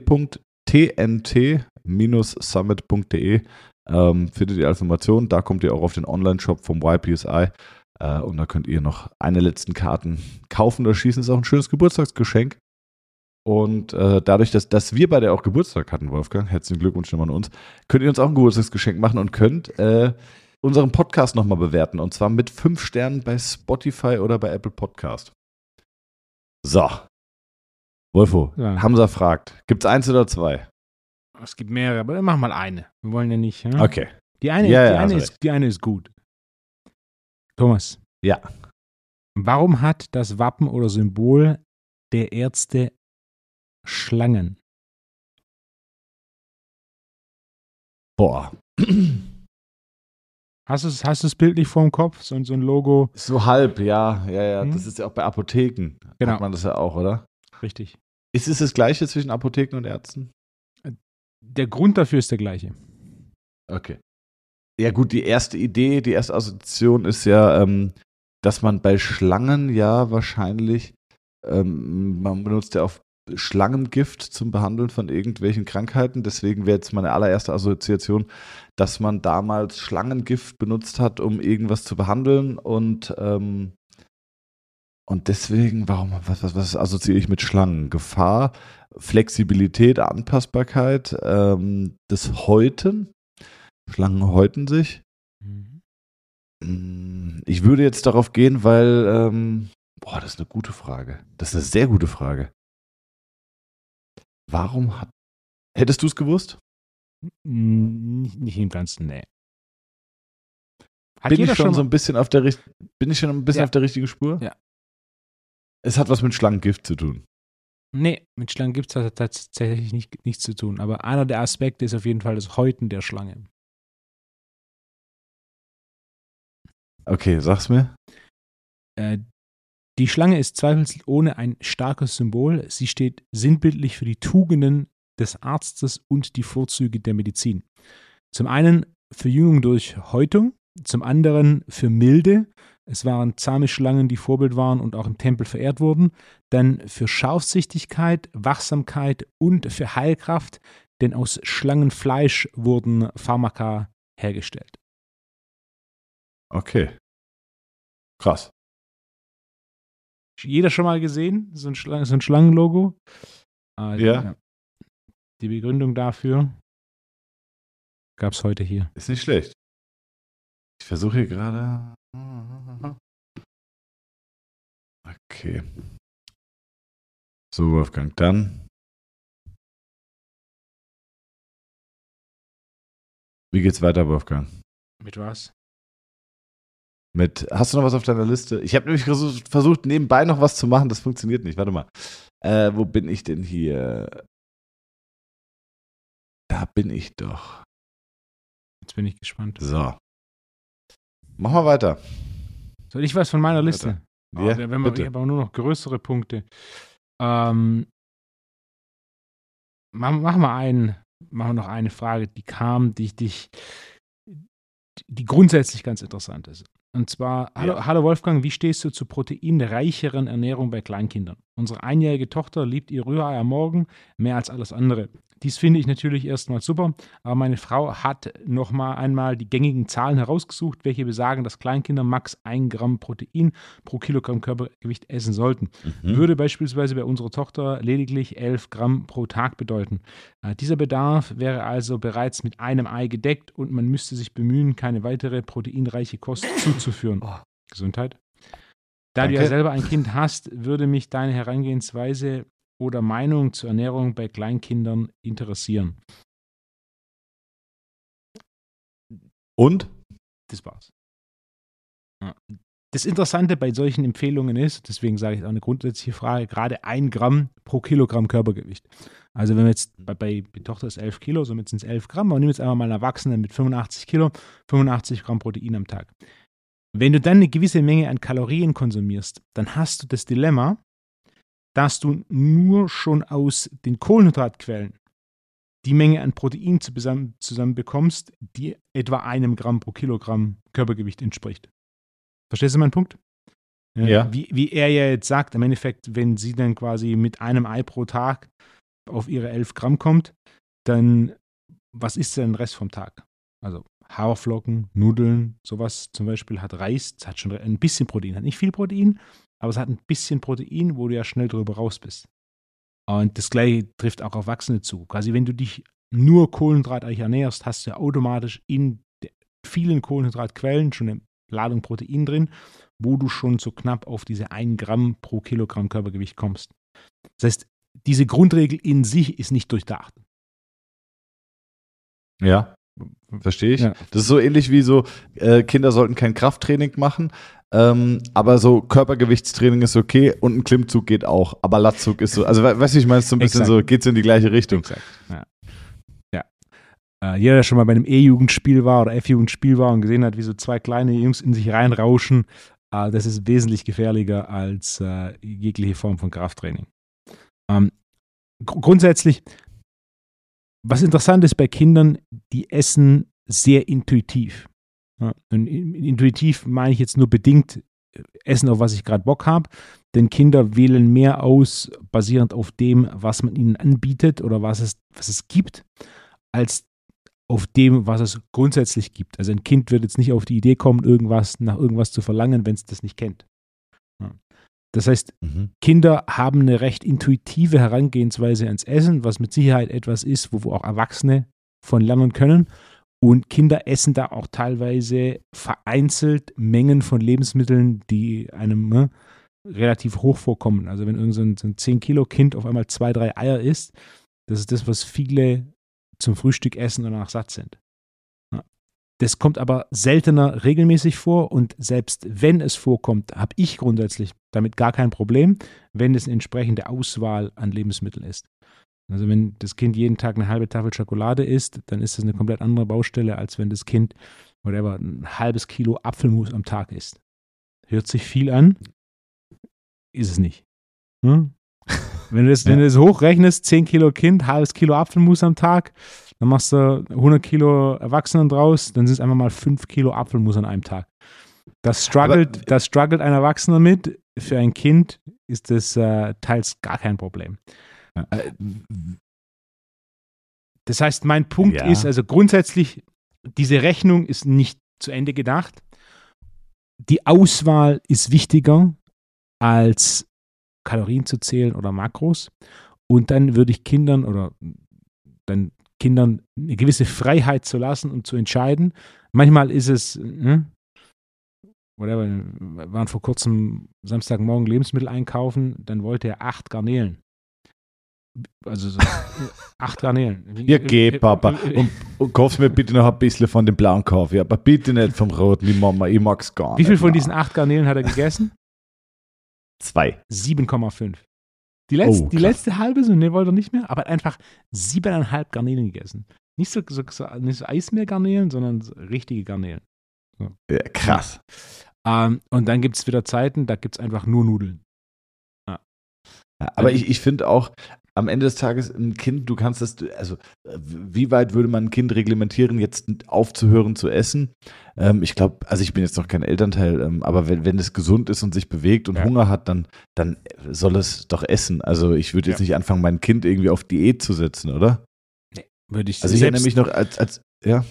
www.tnt-summit.de findet ihr Informationen. Da kommt ihr auch auf den Online-Shop vom YPSI. Und da könnt ihr noch eine letzten Karten kaufen oder schießen. Ist auch ein schönes Geburtstagsgeschenk. Und dadurch, dass wir beide auch Geburtstag hatten, Wolfgang, herzlichen Glückwunsch nochmal an uns, könnt ihr uns auch ein Geburtstagsgeschenk machen und könnt unseren Podcast nochmal bewerten. Und zwar mit 5 Sternen bei Spotify oder bei Apple Podcast. So. Wolfo, Hamza fragt, gibt es 1 oder 2?
Es gibt mehrere, aber mach mal eine. Wir wollen ja nicht. Hm?
Okay.
Die eine ist gut. Thomas.
Ja.
Warum hat das Wappen oder Symbol der Ärzte Schlangen?
Boah.
Hast du es bildlich vor dem Kopf? So ein Logo?
So halb, ja. Das ist ja auch bei Apotheken.
Genau.
Hat man das ja auch, oder?
Richtig.
Ist es das Gleiche zwischen Apotheken und Ärzten?
Der Grund dafür ist der gleiche.
Okay. Ja gut, die erste Assoziation ist ja, dass man bei Schlangen ja wahrscheinlich, man benutzt ja auch Schlangengift zum Behandeln von irgendwelchen Krankheiten. Deswegen wäre jetzt meine allererste Assoziation, dass man damals Schlangengift benutzt hat, um irgendwas zu behandeln. Und deswegen, was assoziiere ich mit Schlangen? Gefahr, Flexibilität, Anpassbarkeit, das Häuten. Schlangen häuten sich. Ich würde jetzt darauf gehen, weil Boah, das ist eine gute Frage. Das ist eine sehr gute Frage. Hättest du es gewusst?
Nicht im Ganzen, nee.
Bin ich schon ein bisschen auf der richtigen Spur?
Ja.
Es hat was mit Schlangengift zu tun.
Nee, mit Schlangen gibt es tatsächlich nichts zu tun. Aber einer der Aspekte ist auf jeden Fall das Häuten der Schlange.
Okay, sag's mir.
Die Schlange ist zweifelsohne ein starkes Symbol. Sie steht sinnbildlich für die Tugenden des Arztes und die Vorzüge der Medizin. Zum einen Verjüngung durch Häutung, zum anderen für Milde. Es waren zahme Schlangen, die Vorbild waren und auch im Tempel verehrt wurden. Dann für Scharfsichtigkeit, Wachsamkeit und für Heilkraft, denn aus Schlangenfleisch wurden Pharmaka hergestellt.
Okay. Krass.
Jeder schon mal gesehen? So ein Schlangenlogo?
Ja.
Die Begründung dafür gab es heute hier.
Ist nicht schlecht. Ich versuche hier gerade. Okay. So, Wolfgang, dann. Wie geht's weiter, Wolfgang?
Mit was?
Hast du noch was auf deiner Liste? Ich habe nämlich versucht, nebenbei noch was zu machen. Das funktioniert nicht. Warte mal. Wo bin ich denn hier? Da bin ich doch.
Jetzt bin ich gespannt.
So. Mach mal weiter.
Soll ich was von meiner Liste?
Ja,
ich habe aber nur noch größere Punkte. Machen wir noch eine Frage, die kam, die grundsätzlich ganz interessant ist. Und zwar, hallo Wolfgang, wie stehst du zur proteinreicheren Ernährung bei Kleinkindern? Unsere einjährige Tochter liebt ihr Rührei am Morgen mehr als alles andere. Dies finde ich natürlich erstmal super, aber meine Frau hat noch mal einmal die gängigen Zahlen herausgesucht, welche besagen, dass Kleinkinder max 1 Gramm Protein pro Kilogramm Körpergewicht essen sollten. Würde beispielsweise bei unserer Tochter lediglich 11 Gramm pro Tag bedeuten. Dieser Bedarf wäre also bereits mit einem Ei gedeckt und man müsste sich bemühen, keine weitere proteinreiche Kost zuzuführen. Gesundheit. Da du ja selber ein Kind hast, würde mich deine Herangehensweise oder Meinung zur Ernährung bei Kleinkindern interessieren.
Und?
Das war's. Ja. Das Interessante bei solchen Empfehlungen ist, deswegen sage ich auch eine grundsätzliche Frage, gerade 1 Gramm pro Kilogramm Körpergewicht. Also wenn wir jetzt bei Tochter ist 11 Kilo, somit sind es 11 Gramm, aber nehmen jetzt einmal mal einen Erwachsenen mit 85 Kilo, 85 Gramm Protein am Tag. Wenn du dann eine gewisse Menge an Kalorien konsumierst, dann hast du das Dilemma, dass du nur schon aus den Kohlenhydratquellen die Menge an Protein zusammen bekommst, die etwa 1 Gramm pro Kilogramm Körpergewicht entspricht. Verstehst du meinen Punkt?
Ja.
Wie er ja jetzt sagt, im Endeffekt, wenn sie dann quasi mit einem Ei pro Tag auf ihre 11 Gramm kommt, dann was ist denn der Rest vom Tag? Also Haferflocken, Nudeln, sowas zum Beispiel, hat Reis, das hat schon ein bisschen Protein, hat nicht viel Protein, aber es hat ein bisschen Protein, wo du ja schnell drüber raus bist. Und das Gleiche trifft auch Erwachsene zu. Quasi, wenn du dich nur kohlenhydratreich ernährst, hast du ja automatisch in vielen Kohlenhydratquellen schon eine Ladung Protein drin, wo du schon so knapp auf diese 1 Gramm pro Kilogramm Körpergewicht kommst. Das heißt, diese Grundregel in sich ist nicht durchdacht.
Ja, verstehe ich. Ja. Das ist so ähnlich wie so, Kinder sollten kein Krafttraining machen, aber so Körpergewichtstraining ist okay und ein Klimmzug geht auch, aber Latzug ist so, also weißt du, ich meine, es ist so ein bisschen so, geht so in die gleiche Richtung.
Exakt, ja. Jeder, der schon mal bei einem E-Jugendspiel war oder F-Jugendspiel war und gesehen hat, wie so 2 kleine Jungs in sich reinrauschen, das ist wesentlich gefährlicher als jegliche Form von Krafttraining. Grundsätzlich, was interessant ist bei Kindern, die essen sehr intuitiv. Ja, und intuitiv meine ich jetzt nur bedingt essen, auf was ich gerade Bock habe, denn Kinder wählen mehr aus, basierend auf dem, was man ihnen anbietet oder was es gibt, als auf dem, was es grundsätzlich gibt. Also ein Kind wird jetzt nicht auf die Idee kommen, nach irgendwas zu verlangen, wenn es das nicht kennt. Ja. Das heißt, Kinder haben eine recht intuitive Herangehensweise ans Essen, was mit Sicherheit etwas ist, wo auch Erwachsene von lernen können. Und Kinder essen da auch teilweise vereinzelt Mengen von Lebensmitteln, die einem relativ hoch vorkommen. Also wenn irgend so ein 10-Kilo-Kind auf einmal 2, 3 Eier isst, das ist das, was viele zum Frühstück essen und danach satt sind. Ja. Das kommt aber seltener regelmäßig vor und selbst wenn es vorkommt, habe ich grundsätzlich damit gar kein Problem, wenn es eine entsprechende Auswahl an Lebensmitteln ist. Also wenn das Kind jeden Tag eine halbe Tafel Schokolade isst, dann ist das eine komplett andere Baustelle, als wenn das Kind ein halbes Kilo Apfelmus am Tag isst. Hört sich viel an, ist es nicht. Hm? Wenn du das hochrechnest, 10 Kilo Kind, halbes Kilo Apfelmus am Tag, dann machst du 100 Kilo Erwachsenen draus, dann sind es einfach mal 5 Kilo Apfelmus an einem Tag. Das struggelt ein Erwachsener mit. Für ein Kind ist das teils gar kein Problem. Das heißt, mein Punkt ist, also grundsätzlich, diese Rechnung ist nicht zu Ende gedacht. Die Auswahl ist wichtiger als Kalorien zu zählen oder Makros. Und dann würde ich Kindern eine gewisse Freiheit zu lassen und zu entscheiden. Manchmal ist es, wir waren vor kurzem Samstagmorgen Lebensmittel einkaufen, dann wollte er 8 Garnelen. Also so 8 Garnelen.
Ja, geh, Papa. Und kaufst mir bitte noch ein bisschen von dem blauen Kaffee, aber bitte nicht vom roten, die Mama, ich mag's gar nicht.
Wie viel von diesen 8 Garnelen hat er gegessen?
2.
7,5. Die letzte halbe so, ne, wollte er nicht mehr, aber hat einfach 7,5 Garnelen gegessen. Nicht so Eismeergarnelen, sondern so richtige Garnelen. So.
Ja, krass.
Und dann gibt es wieder Zeiten, da gibt es einfach nur Nudeln.
Ja, aber ich finde auch, am Ende des Tages ein Kind, du kannst das, also wie weit würde man ein Kind reglementieren, jetzt aufzuhören zu essen? Ich glaube, also ich bin jetzt noch kein Elternteil, aber wenn es gesund ist und sich bewegt und Hunger hat, dann soll es doch essen. Also ich würde jetzt nicht anfangen, mein Kind irgendwie auf Diät zu setzen, oder?
Nee, würde ich.
Also ich erinnere mich noch als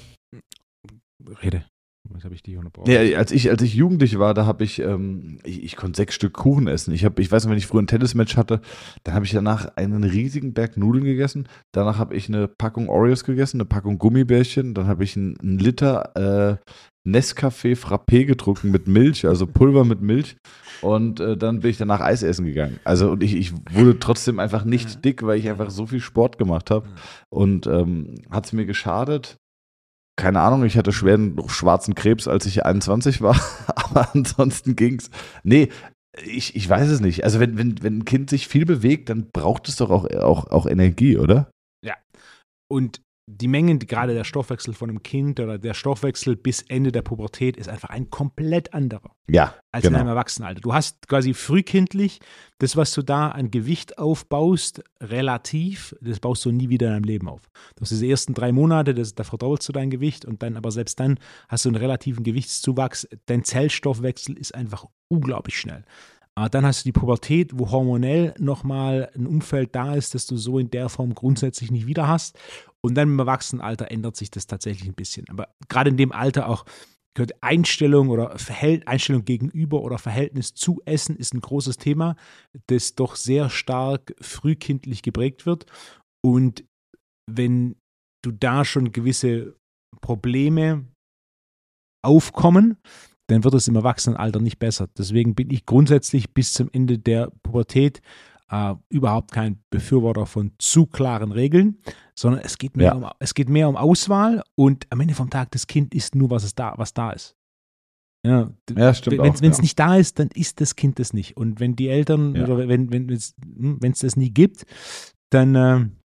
Rede. Was habe ich dich unterbrochen?
Ja, als ich jugendlich war, da habe ich konnte 6 Stück Kuchen essen. Ich weiß noch, wenn ich früher ein Tennismatch hatte, dann habe ich danach einen riesigen Berg Nudeln gegessen. Danach habe ich eine Packung Oreos gegessen, eine Packung Gummibärchen. Dann habe ich einen Liter Nescafé Frappé getrunken mit Milch, also Pulver mit Milch. Und dann bin ich danach Eis essen gegangen. Also und ich wurde trotzdem einfach nicht dick, weil ich einfach so viel Sport gemacht habe. Und hat es mir geschadet? Keine Ahnung, ich hatte schweren schwarzen Krebs, als ich 21 war, aber ansonsten ging's. Nee, ich weiß es nicht. Also wenn ein Kind sich viel bewegt, dann braucht es doch auch Energie, oder?
Ja. Und die Mengen, gerade der Stoffwechsel von einem Kind oder der Stoffwechsel bis Ende der Pubertät ist einfach ein komplett anderer als in einem Erwachsenenalter. Du hast quasi frühkindlich das, was du da an Gewicht aufbaust, relativ, das baust du nie wieder in deinem Leben auf. Du hast diese ersten 3 Monate, da verdoppelst du dein Gewicht und dann, aber selbst dann hast du einen relativen Gewichtszuwachs. Dein Zellstoffwechsel ist einfach unglaublich schnell. Dann hast du die Pubertät, wo hormonell nochmal ein Umfeld da ist, das du so in der Form grundsätzlich nicht wieder hast. Und dann im Erwachsenenalter ändert sich das tatsächlich ein bisschen. Aber gerade in dem Alter auch gehört Einstellung oder Einstellung gegenüber oder Verhältnis zu Essen ist ein großes Thema, das doch sehr stark frühkindlich geprägt wird. Und wenn du da schon gewisse Probleme aufkommen, dann wird es im Erwachsenenalter nicht besser. Deswegen bin ich grundsätzlich bis zum Ende der Pubertät überhaupt kein Befürworter von zu klaren Regeln, sondern es geht mehr um Auswahl und am Ende vom Tag, das Kind isst nur, was da ist. Ja,
stimmt.
Wenn es nicht da ist, dann isst das Kind das nicht. Und wenn die Eltern oder wenn es das nie gibt, dann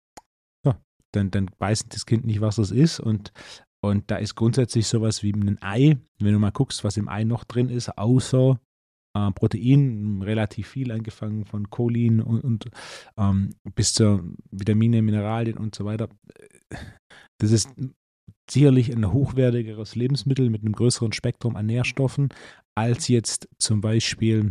beißt das Kind nicht, was das ist. Und da ist grundsätzlich sowas wie ein Ei, wenn du mal guckst, was im Ei noch drin ist, außer Protein, relativ viel, angefangen von Cholin und bis zu Vitamine, Mineralien und so weiter. Das ist sicherlich ein hochwertigeres Lebensmittel mit einem größeren Spektrum an Nährstoffen als jetzt zum Beispiel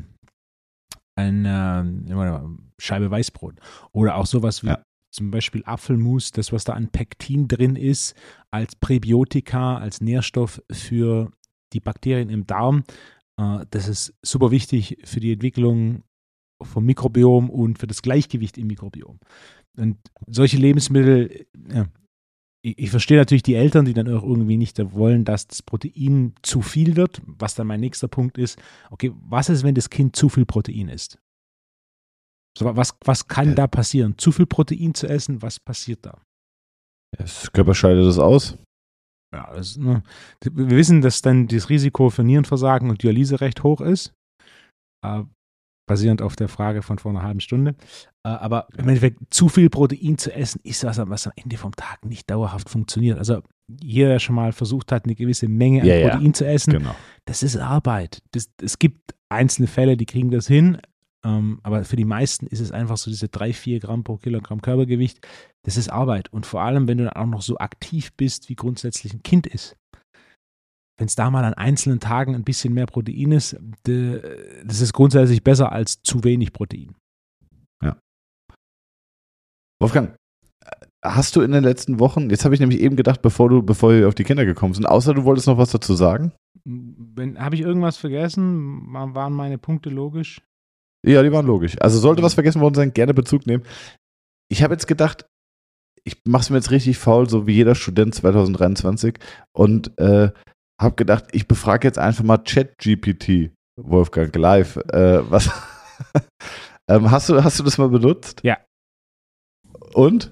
eine Scheibe Weißbrot oder auch sowas wie zum Beispiel Apfelmus, das, was da an Pektin drin ist, als Präbiotika, als Nährstoff für die Bakterien im Darm. Das ist super wichtig für die Entwicklung vom Mikrobiom und für das Gleichgewicht im Mikrobiom. Und solche Lebensmittel, ich verstehe natürlich die Eltern, die dann auch irgendwie nicht wollen, dass das Protein zu viel wird, was dann mein nächster Punkt ist. Okay, was ist, wenn das Kind zu viel Protein isst? So, was kann da passieren? Zu viel Protein zu essen, was passiert da?
Das Körper scheidet das aus.
Ja, wir wissen, dass dann das Risiko für Nierenversagen und Dialyse recht hoch ist, basierend auf der Frage von vor einer halben Stunde. Aber im Endeffekt zu viel Protein zu essen, ist was am Ende vom Tag nicht dauerhaft funktioniert. Also jeder, der schon mal versucht hat, eine gewisse Menge an Protein zu essen,
genau.
Das ist Arbeit. Es gibt einzelne Fälle, die kriegen das hin, aber für die meisten ist es einfach so diese 3-4 Gramm pro Kilogramm Körpergewicht. Das ist Arbeit. Und vor allem, wenn du dann auch noch so aktiv bist, wie grundsätzlich ein Kind ist. Wenn es da mal an einzelnen Tagen ein bisschen mehr Protein ist, das ist grundsätzlich besser als zu wenig Protein.
Ja. Wolfgang, hast du in den letzten Wochen, jetzt habe ich nämlich eben gedacht, bevor wir auf die Kinder gekommen sind, außer du wolltest noch was dazu sagen?
Habe ich irgendwas vergessen? Waren meine Punkte logisch?
Ja, die waren logisch. Also sollte was vergessen worden sein, gerne Bezug nehmen. Ich habe jetzt gedacht, ich mache es mir jetzt richtig faul, so wie jeder Student 2023 und habe gedacht, ich befrage jetzt einfach mal ChatGPT, Wolfgang, live. Was hast du das mal benutzt?
Ja.
Und?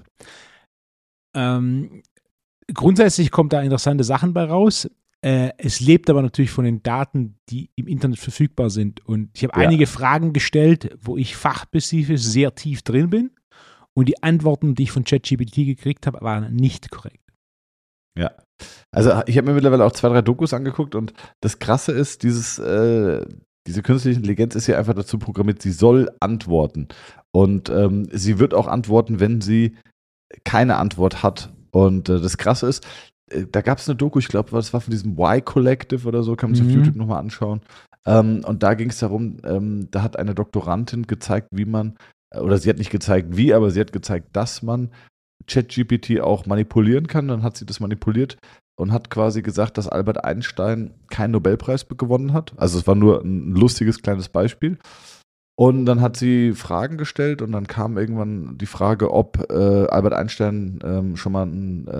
Grundsätzlich kommt da interessante Sachen bei raus. Es lebt aber natürlich von den Daten, die im Internet verfügbar sind. Und ich habe einige Fragen gestellt, wo ich fachspezifisch sehr tief drin bin. Und die Antworten, die ich von ChatGPT gekriegt habe, waren nicht korrekt.
Ja. Also ich habe mir mittlerweile auch 2-3 Dokus angeguckt und das Krasse ist, diese künstliche Intelligenz ist ja einfach dazu programmiert, sie soll antworten. Und sie wird auch antworten, wenn sie keine Antwort hat. Und das Krasse ist, da gab es eine Doku, ich glaube, das war von diesem Y-Collective oder so, kann man sich auf YouTube nochmal anschauen. Und da ging es darum, da hat eine Doktorandin gezeigt, wie man, oder sie hat nicht gezeigt wie, aber sie hat gezeigt, dass man ChatGPT auch manipulieren kann. Dann hat sie das manipuliert und hat quasi gesagt, dass Albert Einstein keinen Nobelpreis gewonnen hat. Also es war nur ein lustiges kleines Beispiel. Und dann hat sie Fragen gestellt und dann kam irgendwann die Frage, ob Albert Einstein schon mal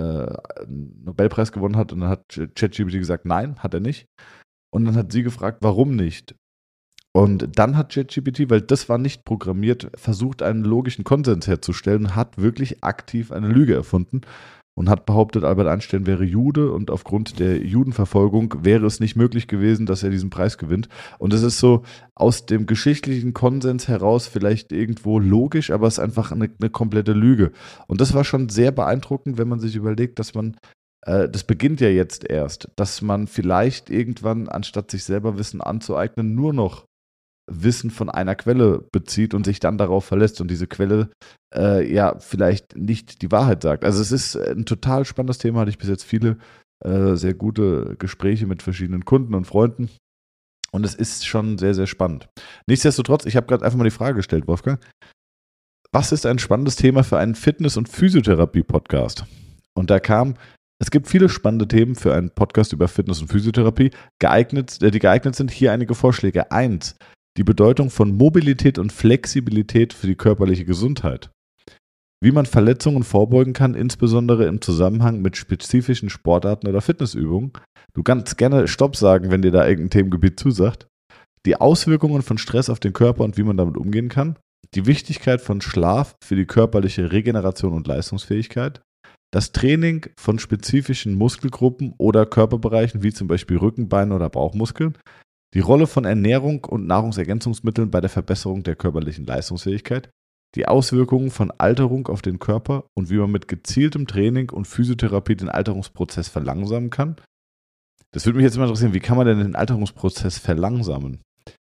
einen Nobelpreis gewonnen hat. Und dann hat ChatGPT gesagt, nein, hat er nicht. Und dann hat sie gefragt, warum nicht? Und dann hat ChatGPT, weil das war nicht programmiert, versucht, einen logischen Konsens herzustellen und hat wirklich aktiv eine Lüge erfunden und hat behauptet, Albert Einstein wäre Jude und aufgrund der Judenverfolgung wäre es nicht möglich gewesen, dass er diesen Preis gewinnt. Und es ist so aus dem geschichtlichen Konsens heraus vielleicht irgendwo logisch, aber es ist einfach eine komplette Lüge. Und das war schon sehr beeindruckend, wenn man sich überlegt, dass man das beginnt ja jetzt erst, dass man vielleicht irgendwann, anstatt sich selber Wissen anzueignen, nur noch Wissen von einer Quelle bezieht und sich dann darauf verlässt und diese Quelle vielleicht nicht die Wahrheit sagt. Also es ist ein total spannendes Thema, hatte ich bis jetzt viele sehr gute Gespräche mit verschiedenen Kunden und Freunden und es ist schon sehr, sehr spannend. Nichtsdestotrotz, ich habe gerade einfach mal die Frage gestellt, Wolfgang, was ist ein spannendes Thema für einen Fitness- und Physiotherapie-Podcast? Und da kam, es gibt viele spannende Themen für einen Podcast über Fitness- und Physiotherapie, die geeignet sind. Hier einige Vorschläge. 1. Die Bedeutung von Mobilität und Flexibilität für die körperliche Gesundheit. Wie man Verletzungen vorbeugen kann, insbesondere im Zusammenhang mit spezifischen Sportarten oder Fitnessübungen. Du kannst gerne Stopp sagen, wenn dir da irgendein Themengebiet zusagt. Die Auswirkungen von Stress auf den Körper und wie man damit umgehen kann. Die Wichtigkeit von Schlaf für die körperliche Regeneration und Leistungsfähigkeit. Das Training von spezifischen Muskelgruppen oder Körperbereichen, wie zum Beispiel Rücken, Beine oder Bauchmuskeln. Die Rolle von Ernährung und Nahrungsergänzungsmitteln bei der Verbesserung der körperlichen Leistungsfähigkeit. Die Auswirkungen von Alterung auf den Körper und wie man mit gezieltem Training und Physiotherapie den Alterungsprozess verlangsamen kann. Das würde mich jetzt mal interessieren, wie kann man denn den Alterungsprozess verlangsamen?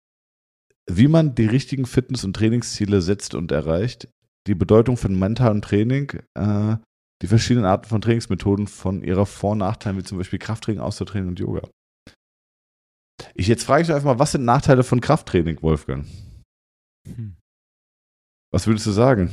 Wie man die richtigen Fitness- und Trainingsziele setzt und erreicht. Die Bedeutung von mentalem Training, die verschiedenen Arten von Trainingsmethoden von ihrer Vor- und Nachteilen, wie zum Beispiel Krafttraining, Ausdauertraining und Yoga. Jetzt frage ich dich einfach mal, was sind Nachteile von Krafttraining, Wolfgang? Was würdest du sagen?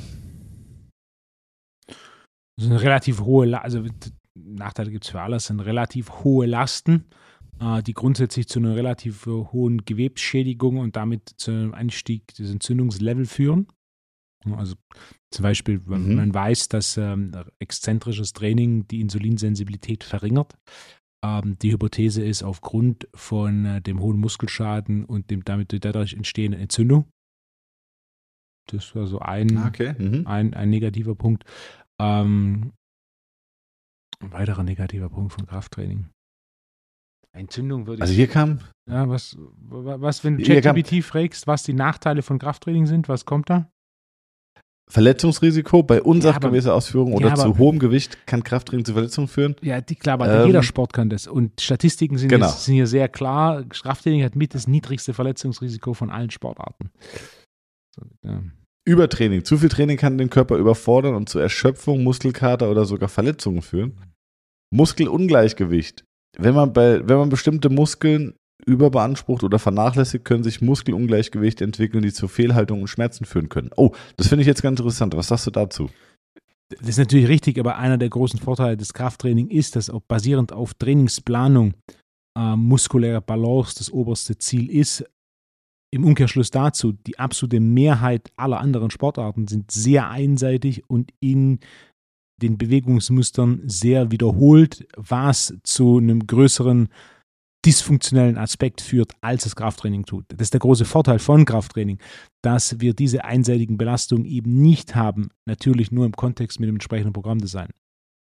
Das sind relativ hohe, also Nachteile gibt es für alles, sind relativ hohe Lasten, die grundsätzlich zu einer relativ hohen Gewebsschädigung und damit zu einem Anstieg des Entzündungslevel führen. Also zum Beispiel, wenn man weiß, dass exzentrisches Training die Insulinsensibilität verringert. Die Hypothese ist aufgrund von dem hohen Muskelschaden und dem dadurch entstehenden Entzündung. Das war so ein negativer Punkt. Ein weiterer negativer Punkt von Krafttraining. Entzündung würde ich.
Also hier kam.
Ja, was wenn du ChatGPT fragst, was die Nachteile von Krafttraining sind, was kommt da?
Verletzungsrisiko bei unsachgemäßer Ausführung oder zu hohem Gewicht kann Krafttraining zu Verletzungen führen.
Ja, klar, aber jeder Sport kann das. Und Statistiken sind hier sehr klar. Krafttraining hat mit das niedrigste Verletzungsrisiko von allen Sportarten. So, ja.
Übertraining. Zu viel Training kann den Körper überfordern und zu Erschöpfung, Muskelkater oder sogar Verletzungen führen. Muskelungleichgewicht. Wenn man bestimmte Muskeln überbeansprucht oder vernachlässigt, können sich Muskelungleichgewichte entwickeln, die zu Fehlhaltungen und Schmerzen führen können. Oh, das finde ich jetzt ganz interessant. Was sagst du dazu?
Das ist natürlich richtig, aber einer der großen Vorteile des Krafttrainings ist, dass auch basierend auf Trainingsplanung muskuläre Balance das oberste Ziel ist. Im Umkehrschluss dazu, die absolute Mehrheit aller anderen Sportarten sind sehr einseitig und in den Bewegungsmustern sehr wiederholt, was zu einem größeren dysfunktionellen Aspekt führt, als das Krafttraining tut. Das ist der große Vorteil von Krafttraining, dass wir diese einseitigen Belastungen eben nicht haben, natürlich nur im Kontext mit dem entsprechenden Programmdesign.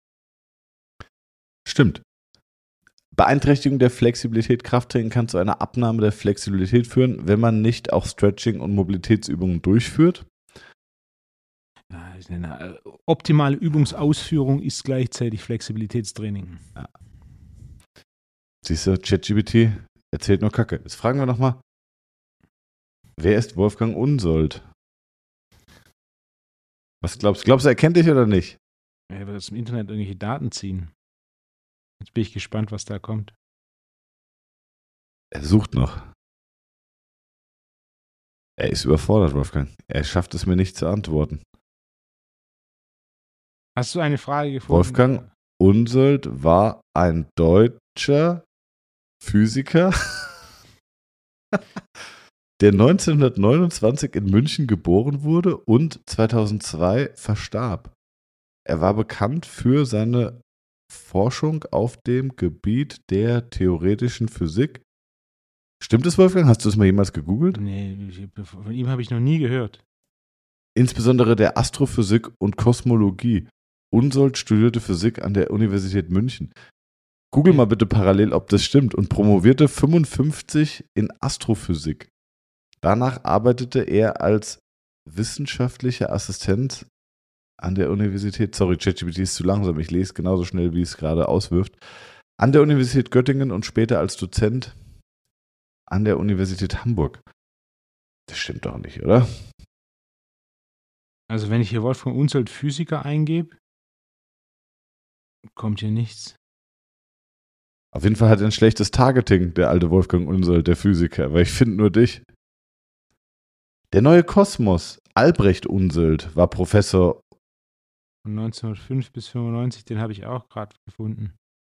Stimmt. Beeinträchtigung der Flexibilität. Krafttraining kann zu einer Abnahme der Flexibilität führen, wenn man nicht auch Stretching- und Mobilitätsübungen durchführt.
Optimale Übungsausführung ist gleichzeitig Flexibilitätstraining.
Ja. Siehst du, ChatGPT erzählt nur Kacke. Jetzt fragen wir nochmal, wer ist Wolfgang Unsold? Was glaubst du? Glaubst du, er kennt dich oder nicht?
Er wird aus dem Internet irgendwelche Daten ziehen. Jetzt bin ich gespannt, was da kommt.
Er sucht noch. Er ist überfordert, Wolfgang. Er schafft es mir nicht zu antworten.
Hast du eine Frage gefunden?
Wolfgang Unsold war ein deutscher Physiker, der 1929 in München geboren wurde und 2002 verstarb. Er war bekannt für seine Forschung auf dem Gebiet der theoretischen Physik. Stimmt es, Wolfgang? Hast du es mal jemals gegoogelt?
Nee, von ihm habe ich noch nie gehört.
Insbesondere der Astrophysik und Kosmologie. Unsold studierte Physik an der Universität München. Google mal bitte parallel, ob das stimmt, und promovierte 1955 in Astrophysik. Danach arbeitete er als wissenschaftlicher Assistent an der Universität, sorry, ChatGPT ist zu langsam, ich lese genauso schnell, wie es gerade auswirft, an der Universität Göttingen und später als Dozent an der Universität Hamburg. Das stimmt doch nicht, oder?
Also wenn ich hier Wolfgang Unsold Physiker eingebe, kommt hier nichts.
Auf jeden Fall hat er ein schlechtes Targeting, der alte Wolfgang Unsold, der Physiker, weil ich finde nur dich. Der neue Kosmos, Albrecht Unsold, war Professor.
Von 1905 bis 1995, den habe ich auch gerade gefunden.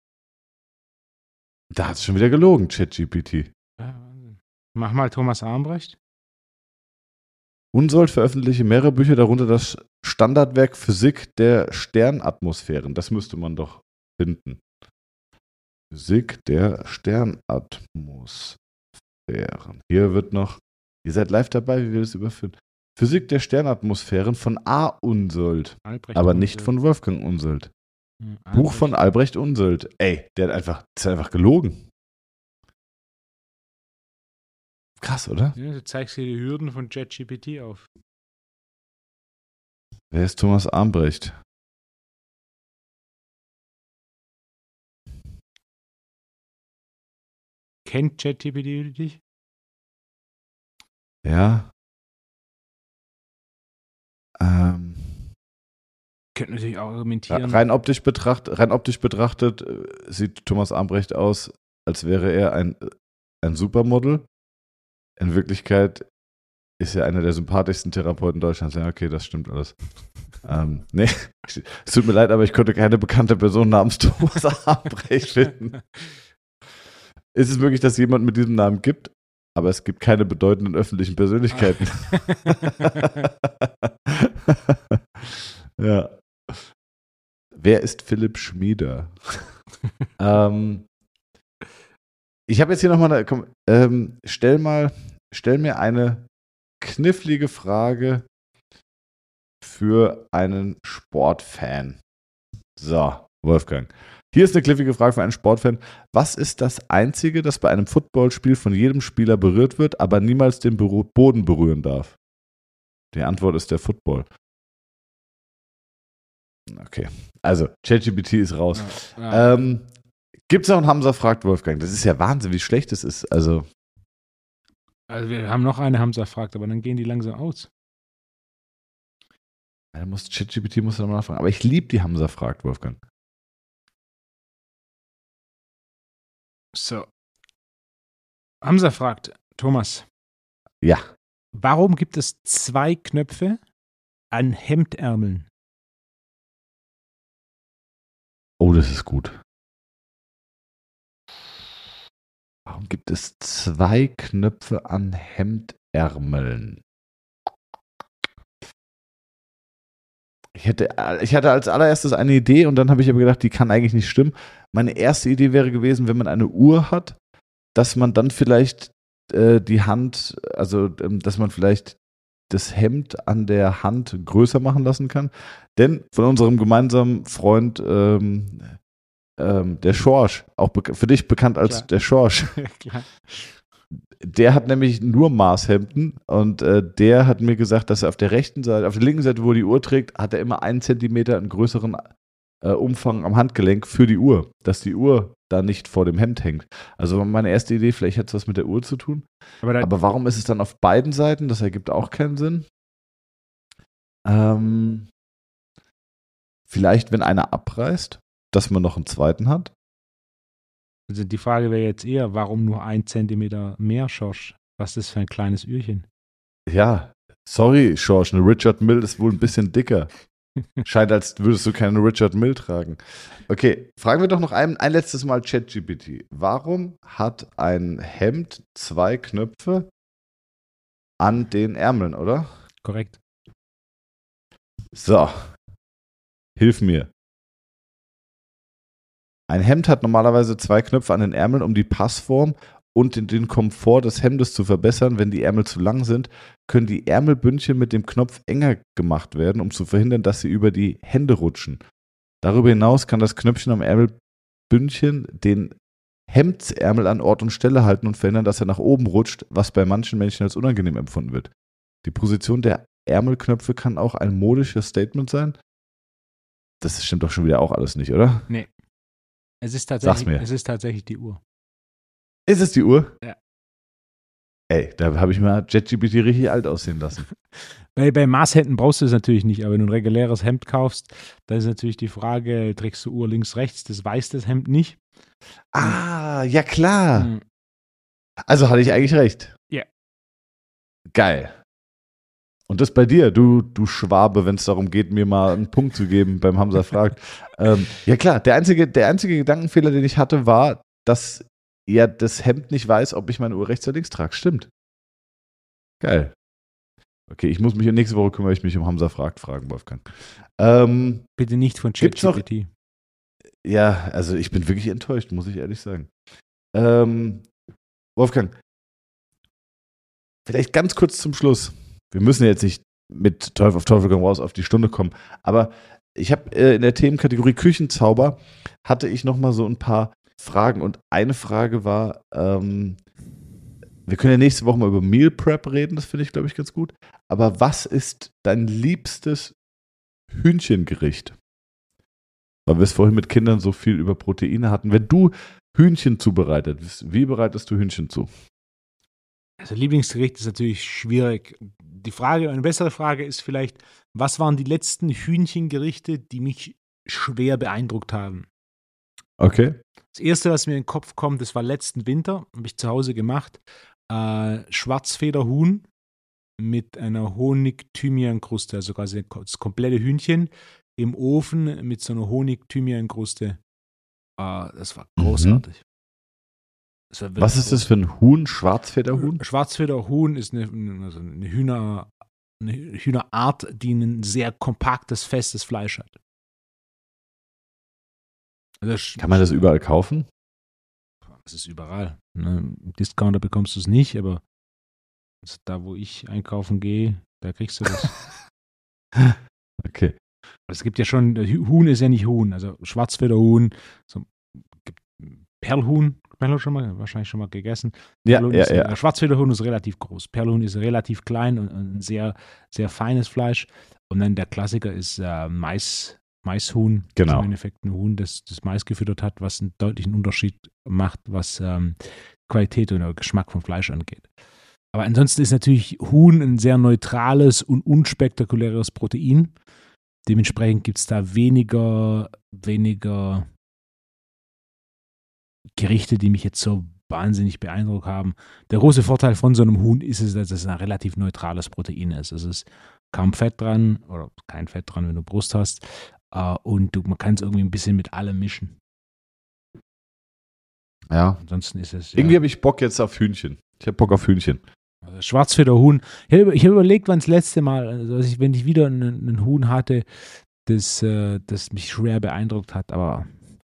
Da hat es schon wieder gelogen, ChatGPT.
Ja, mach mal Thomas Armbrecht.
Unsold veröffentlichte mehrere Bücher, darunter das Standardwerk Physik der Sternatmosphären. Das müsste man doch finden. Physik der Sternatmosphären. Hier wird noch, ihr seid live dabei, wie wir das überführen. Physik der Sternatmosphären von A. Unsold,
Albrecht
aber
Unsold.
nicht von Wolfgang Unsold.
Albrecht.
Buch von Albrecht Unsold. Ey, das ist einfach gelogen. Krass, oder?
Ja, du zeigst hier die Hürden von ChatGPT auf.
Wer ist Thomas Armbrecht?
Kennt ChatGPT dich?
Ja.
Könnte natürlich auch argumentieren.
Rein optisch betrachtet sieht Thomas Armbrecht aus, als wäre er ein Supermodel. In Wirklichkeit ist er einer der sympathischsten Therapeuten Deutschlands. Ja, okay, das stimmt alles. Nee, es tut mir leid, aber ich konnte keine bekannte Person namens Thomas Armbrecht finden. Ist es möglich, dass es jemand mit diesem Namen gibt? Aber es gibt keine bedeutenden öffentlichen Persönlichkeiten. Ja. Wer ist Philipp Schmieder? Ich habe jetzt hier nochmal, stell mir eine knifflige Frage für einen Sportfan. So, Wolfgang. Hier ist eine knifflige Frage für einen Sportfan. Was ist das Einzige, das bei einem Footballspiel von jedem Spieler berührt wird, aber niemals den Boden berühren darf? Die Antwort ist der Football. Okay, also ChatGPT ist raus.
Ja.
Gibt es noch einen Hamza fragt Wolfgang? Das ist ja Wahnsinn, wie schlecht es ist. Also
wir haben noch eine Hamza fragt, aber dann gehen die langsam aus.
ChatGPT muss dann mal nachfragen. Aber ich liebe die Hamza fragt Wolfgang.
So. Hamza fragt, Thomas.
Ja.
Warum gibt es 2 Knöpfe an Hemdärmeln?
Oh, das ist gut. Warum gibt es 2 Knöpfe an Hemdärmeln? Ich hatte als allererstes eine Idee und dann habe ich aber gedacht, die kann eigentlich nicht stimmen. Meine erste Idee wäre gewesen, wenn man eine Uhr hat, dass man dann vielleicht die Hand, also dass man vielleicht das Hemd an der Hand größer machen lassen kann. Denn von unserem gemeinsamen Freund, der Schorsch, auch für dich bekannt als
Klar.
der Schorsch,
Klar.
der hat nämlich nur Maßhemden und der hat mir gesagt, dass er auf der linken Seite, wo er die Uhr trägt, hat er immer 1 Zentimeter einen größeren Umfang am Handgelenk für die Uhr, dass die Uhr da nicht vor dem Hemd hängt. Also meine erste Idee, vielleicht hat es was mit der Uhr zu tun. Aber warum ist es dann auf beiden Seiten? Das ergibt auch keinen Sinn. Vielleicht, wenn einer abreißt, dass man noch einen zweiten hat.
Also die Frage wäre jetzt eher, warum nur 1 Zentimeter mehr, Schorsch? Was ist das für ein kleines Ührchen?
Ja, sorry, Schorsch, eine Richard Mill ist wohl ein bisschen dicker. Scheint, als würdest du keine Richard Mill tragen. Okay, fragen wir doch noch ein letztes Mal ChatGPT. Warum hat ein Hemd 2 Knöpfe an den Ärmeln, oder?
Korrekt.
So, hilf mir. Ein Hemd hat normalerweise 2 Knöpfe an den Ärmeln, um die Passform und den Komfort des Hemdes zu verbessern. Wenn die Ärmel zu lang sind, können die Ärmelbündchen mit dem Knopf enger gemacht werden, um zu verhindern, dass sie über die Hände rutschen. Darüber hinaus kann das Knöpfchen am Ärmelbündchen den Hemdsärmel an Ort und Stelle halten und verhindern, dass er nach oben rutscht, was bei manchen Menschen als unangenehm empfunden wird. Die Position der Ärmelknöpfe kann auch ein modisches Statement sein. Das stimmt doch schon wieder auch alles nicht, oder?
Nee. Es ist
Sag's mir.
tatsächlich die Uhr.
Ist es die Uhr?
Ja.
Ey, da habe ich mal ChatGPT richtig alt aussehen lassen.
Bei Maßhemden brauchst du es natürlich nicht, aber wenn du ein reguläres Hemd kaufst, dann ist natürlich die Frage, trägst du Uhr links, rechts, das weiß das Hemd nicht.
Ah, ja klar.
Mhm.
Also hatte ich eigentlich recht.
Ja.
Geil. Und das bei dir, du Schwabe, wenn es darum geht, mir mal einen Punkt zu geben beim Hamza fragt. Ja klar, der einzige Gedankenfehler, den ich hatte, war, dass ja das Hemd nicht weiß, ob ich meine Uhr rechts oder links trage. Stimmt. Geil. Okay, nächste Woche kümmere ich mich um Hamza fragt Fragen, Wolfgang.
Bitte nicht von
Gibt's noch-
ChatGPT.
Ja, also ich bin wirklich enttäuscht, muss ich ehrlich sagen. Wolfgang, vielleicht ganz kurz zum Schluss. Wir müssen jetzt nicht mit Teufel auf Teufel komm raus auf die Stunde kommen, aber ich habe in der Themenkategorie Küchenzauber hatte ich noch mal so ein paar Fragen und eine Frage war, wir können ja nächste Woche mal über Meal Prep reden, das finde ich, glaube ich, ganz gut. Aber was ist dein liebstes Hühnchengericht? Weil wir es vorhin mit Kindern so viel über Proteine hatten. Wenn du Hühnchen zubereitet, wie bereitest du Hühnchen zu?
Also Lieblingsgericht ist natürlich schwierig. Eine bessere Frage ist vielleicht, was waren die letzten Hühnchengerichte, die mich schwer beeindruckt haben?
Okay.
Das erste, was mir in den Kopf kommt, das war letzten Winter, habe ich zu Hause gemacht, Schwarzfederhuhn mit einer Honig-Thymian-Kruste, also quasi das komplette Hühnchen im Ofen mit so einer Honig-Thymian-Kruste. Das war großartig. Das war
Was ist das für ein Huhn? Schwarzfederhuhn?
Schwarzfederhuhn ist eine Hühnerart Hühnerart, die ein sehr kompaktes, festes Fleisch hat. Also
Kann man das überall kaufen?
Das ist überall. Ne? Im Discounter bekommst du es nicht, aber also da, wo ich einkaufen gehe, da kriegst du das.
Okay.
Es gibt ja schon, Huhn ist ja nicht Huhn, also Schwarzfederhuhn, so, gibt Perlhuhn, wahrscheinlich schon mal gegessen.
Ja,
Perlhuhn Schwarzfederhuhn ist relativ groß. Perlhuhn ist relativ klein und ein sehr, sehr feines Fleisch. Und dann der Klassiker ist Maishuhn.
Genau.
Das ist im Endeffekt ein Huhn, das Mais gefüttert hat, was einen deutlichen Unterschied macht, was Qualität oder Geschmack vom Fleisch angeht. Aber ansonsten ist natürlich Huhn ein sehr neutrales und unspektakuläres Protein. Dementsprechend gibt es da weniger Gerichte, die mich jetzt so wahnsinnig beeindruckt haben. Der große Vorteil von so einem Huhn ist es, dass es ein relativ neutrales Protein ist. Es ist kaum Fett dran oder kein Fett dran, wenn du Brust hast. Und man kann es irgendwie ein bisschen mit allem mischen.
Ja.
Ansonsten ist es.
Irgendwie habe ich Bock jetzt auf Hühnchen. Ich habe Bock auf Hühnchen.
Also Schwarzfederhuhn. Ich habe überlegt, wann das letzte Mal, also wenn ich wieder einen Huhn hatte, das mich schwer beeindruckt hat, aber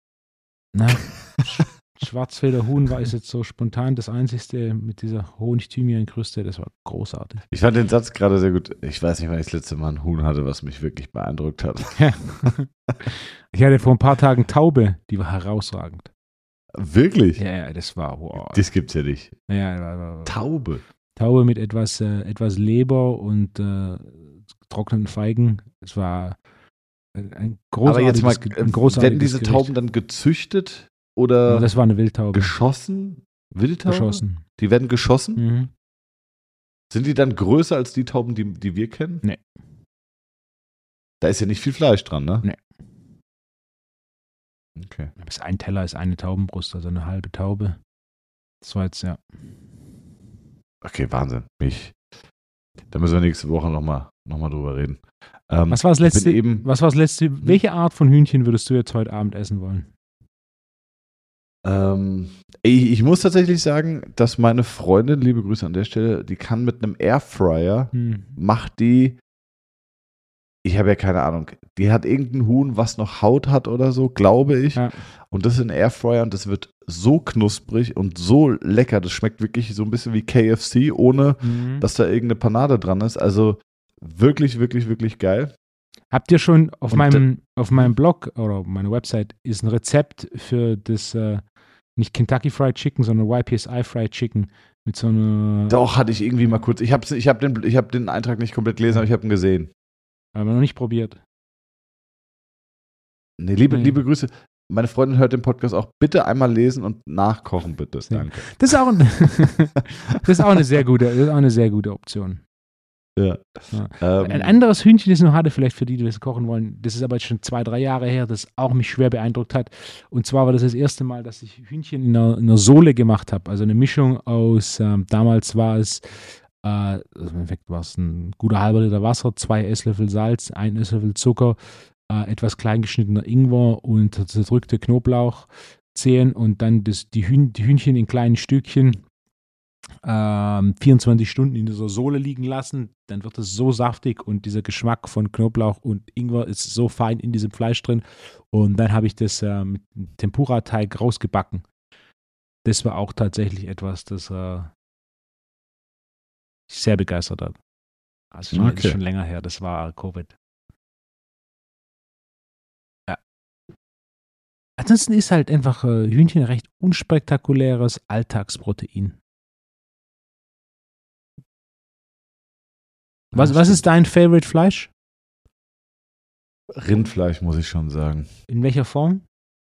Schwarzfederhuhn war jetzt so spontan das Einzige mit dieser Honig-Thymian-Kruste, das war großartig.
Ich fand den Satz gerade sehr gut. Ich weiß nicht, wann ich das letzte Mal ein Huhn hatte, was mich wirklich beeindruckt hat.
Ich hatte vor ein paar Tagen Taube, die war herausragend.
Wirklich?
Ja, das war wow.
Das gibt's ja nicht.
Ja, war
Taube.
Taube mit etwas Leber und getrockneten Feigen. Es war ein großartiges,
Aber jetzt mal, werden diese
Gericht.
Tauben dann gezüchtet oder
Ja, das war eine Wildtaube.
geschossen? Wildtaube?
Geschossen.
Die werden geschossen?
Mhm.
Sind die dann größer als die Tauben, die wir kennen?
Nee.
Da ist ja nicht viel Fleisch dran, ne?
Nee.
Okay.
Ein Teller ist eine Taubenbrust, also eine halbe Taube. Das war jetzt, ja.
Okay, Wahnsinn. Da müssen wir nächste Woche nochmal drüber reden.
Was war das letzte? Welche Art von Hühnchen würdest du jetzt heute Abend essen wollen?
Ich muss tatsächlich sagen, dass meine Freundin, liebe Grüße an der Stelle, die kann mit einem Airfryer, macht die, ich habe ja keine Ahnung, die hat irgendein Huhn, was noch Haut hat oder so, glaube ich. Ja. Und das ist ein Airfryer und das wird so knusprig und so lecker. Das schmeckt wirklich so ein bisschen wie KFC, ohne dass da irgendeine Panade dran ist. Also wirklich, wirklich, wirklich geil.
Habt ihr schon auf meinem Blog oder meiner Website ist ein Rezept für das nicht Kentucky Fried Chicken, sondern YPSI Fried Chicken mit so einer.
Doch, hatte ich irgendwie mal kurz. Ich hab den Eintrag nicht komplett gelesen, aber ich habe ihn gesehen.
Aber noch nicht probiert.
Nee, liebe Grüße. Meine Freundin hört den Podcast auch. Bitte einmal lesen und nachkochen, bitte. Danke.
Das ist auch eine sehr gute Option.
Ja.
Ein anderes Hühnchen, das ich noch hatte, vielleicht für die das kochen wollen, das ist aber jetzt schon 2-3 Jahre her, das auch mich schwer beeindruckt hat. Und zwar war das erste Mal, dass ich Hühnchen in einer Sohle gemacht habe. Also eine Mischung aus, damals war es, im Endeffekt war es ein guter halber Liter Wasser, 2 Esslöffel Salz, 1 Esslöffel Zucker, etwas kleingeschnittener Ingwer und zerdrückte Knoblauchzehen und dann die Hühnchen in kleinen Stückchen 24 Stunden in dieser Sohle liegen lassen, dann wird es so saftig und dieser Geschmack von Knoblauch und Ingwer ist so fein in diesem Fleisch drin und dann habe ich das mit Tempura-Teig rausgebacken. Das war auch tatsächlich etwas, das ich sehr begeistert hat. Also ist schon länger her, das war Covid. Ja. Ansonsten ist halt einfach Hühnchen recht unspektakuläres Alltagsprotein. Was ist dein Favorite Fleisch?
Rindfleisch, muss ich schon sagen.
In welcher Form?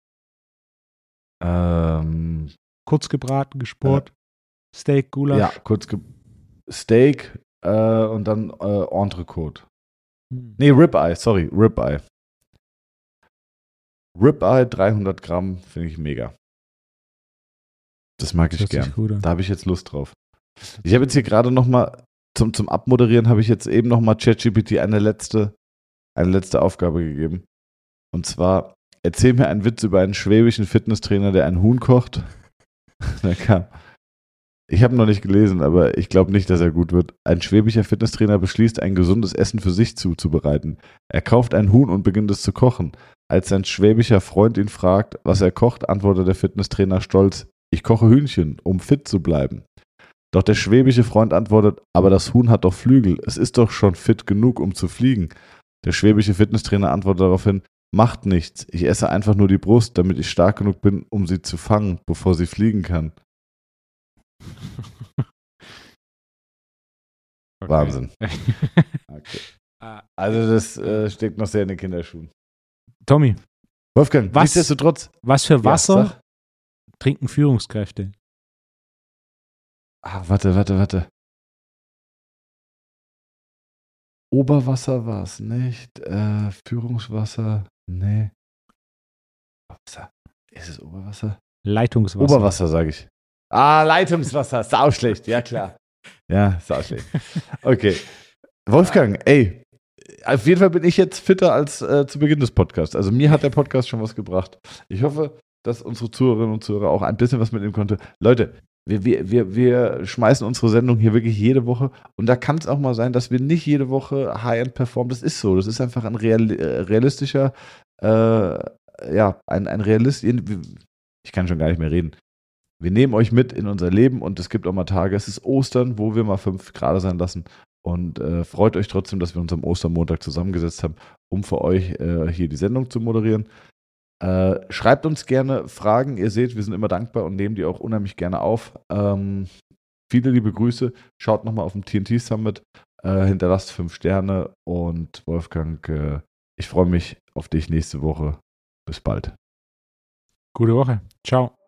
Kurz gebraten, gespurt, Steak, Gulasch?
Ja, Steak und dann Entrecote. Nee, Ribeye, sorry, Ribeye. Ribeye, 300 Gramm, finde ich mega. Das mag ich gern. Da habe ich jetzt Lust drauf. Ich habe jetzt hier gerade nochmal zum Abmoderieren habe ich jetzt eben nochmal ChatGPT eine letzte Aufgabe gegeben. Und zwar, erzähl mir einen Witz über einen schwäbischen Fitnesstrainer, der ein Huhn kocht. Da kam, Ich habe noch nicht gelesen, aber ich glaube nicht, dass er gut wird. Ein schwäbischer Fitnesstrainer beschließt, ein gesundes Essen für sich zuzubereiten. Er kauft ein Huhn und beginnt es zu kochen. Als sein schwäbischer Freund ihn fragt, was er kocht, antwortet der Fitnesstrainer stolz, ich koche Hühnchen, um fit zu bleiben. Doch der schwäbische Freund antwortet, aber das Huhn hat doch Flügel, es ist doch schon fit genug, um zu fliegen. Der schwäbische Fitnesstrainer antwortet daraufhin, macht nichts, ich esse einfach nur die Brust, damit ich stark genug bin, um sie zu fangen, bevor sie fliegen kann.
Okay.
Wahnsinn. Okay. Also das steckt noch sehr in den Kinderschuhen.
Tommy,
Wolfgang, nichtsdestotrotz.
was für Wasser
Ja,
trinken Führungskräfte?
Warte. Oberwasser war es nicht. Führungswasser, nee. Wasser. Ist es Oberwasser?
Leitungswasser.
Oberwasser, sage ich. Leitungswasser. Sau schlecht, ja klar. Ja, sau schlecht. Okay. Wolfgang, ey, auf jeden Fall bin ich jetzt fitter als zu Beginn des Podcasts. Also mir hat der Podcast schon was gebracht. Ich hoffe, dass unsere Zuhörerinnen und Zuhörer auch ein bisschen was mitnehmen konnten. Leute, wir schmeißen unsre Sendung hier wirklich jede Woche und da kann es auch mal sein, dass wir nicht jede Woche High-End performen. Das ist so. Das ist einfach ein realistischer, ein Realist. Ich kann schon gar nicht mehr reden. Wir nehmen euch mit in unser Leben und es gibt auch mal Tage, es ist Ostern, wo wir mal 5 Grad sein lassen und freut euch trotzdem, dass wir uns am Ostermontag zusammengesetzt haben, um für euch hier die Sendung zu moderieren. Schreibt uns gerne Fragen. Ihr seht, wir sind immer dankbar und nehmen die auch unheimlich gerne auf. Viele liebe Grüße. Schaut nochmal auf dem TNT Summit. Hinterlasst 5 Sterne. Und Wolfgang, ich freue mich auf dich nächste Woche. Bis bald.
Gute Woche. Ciao.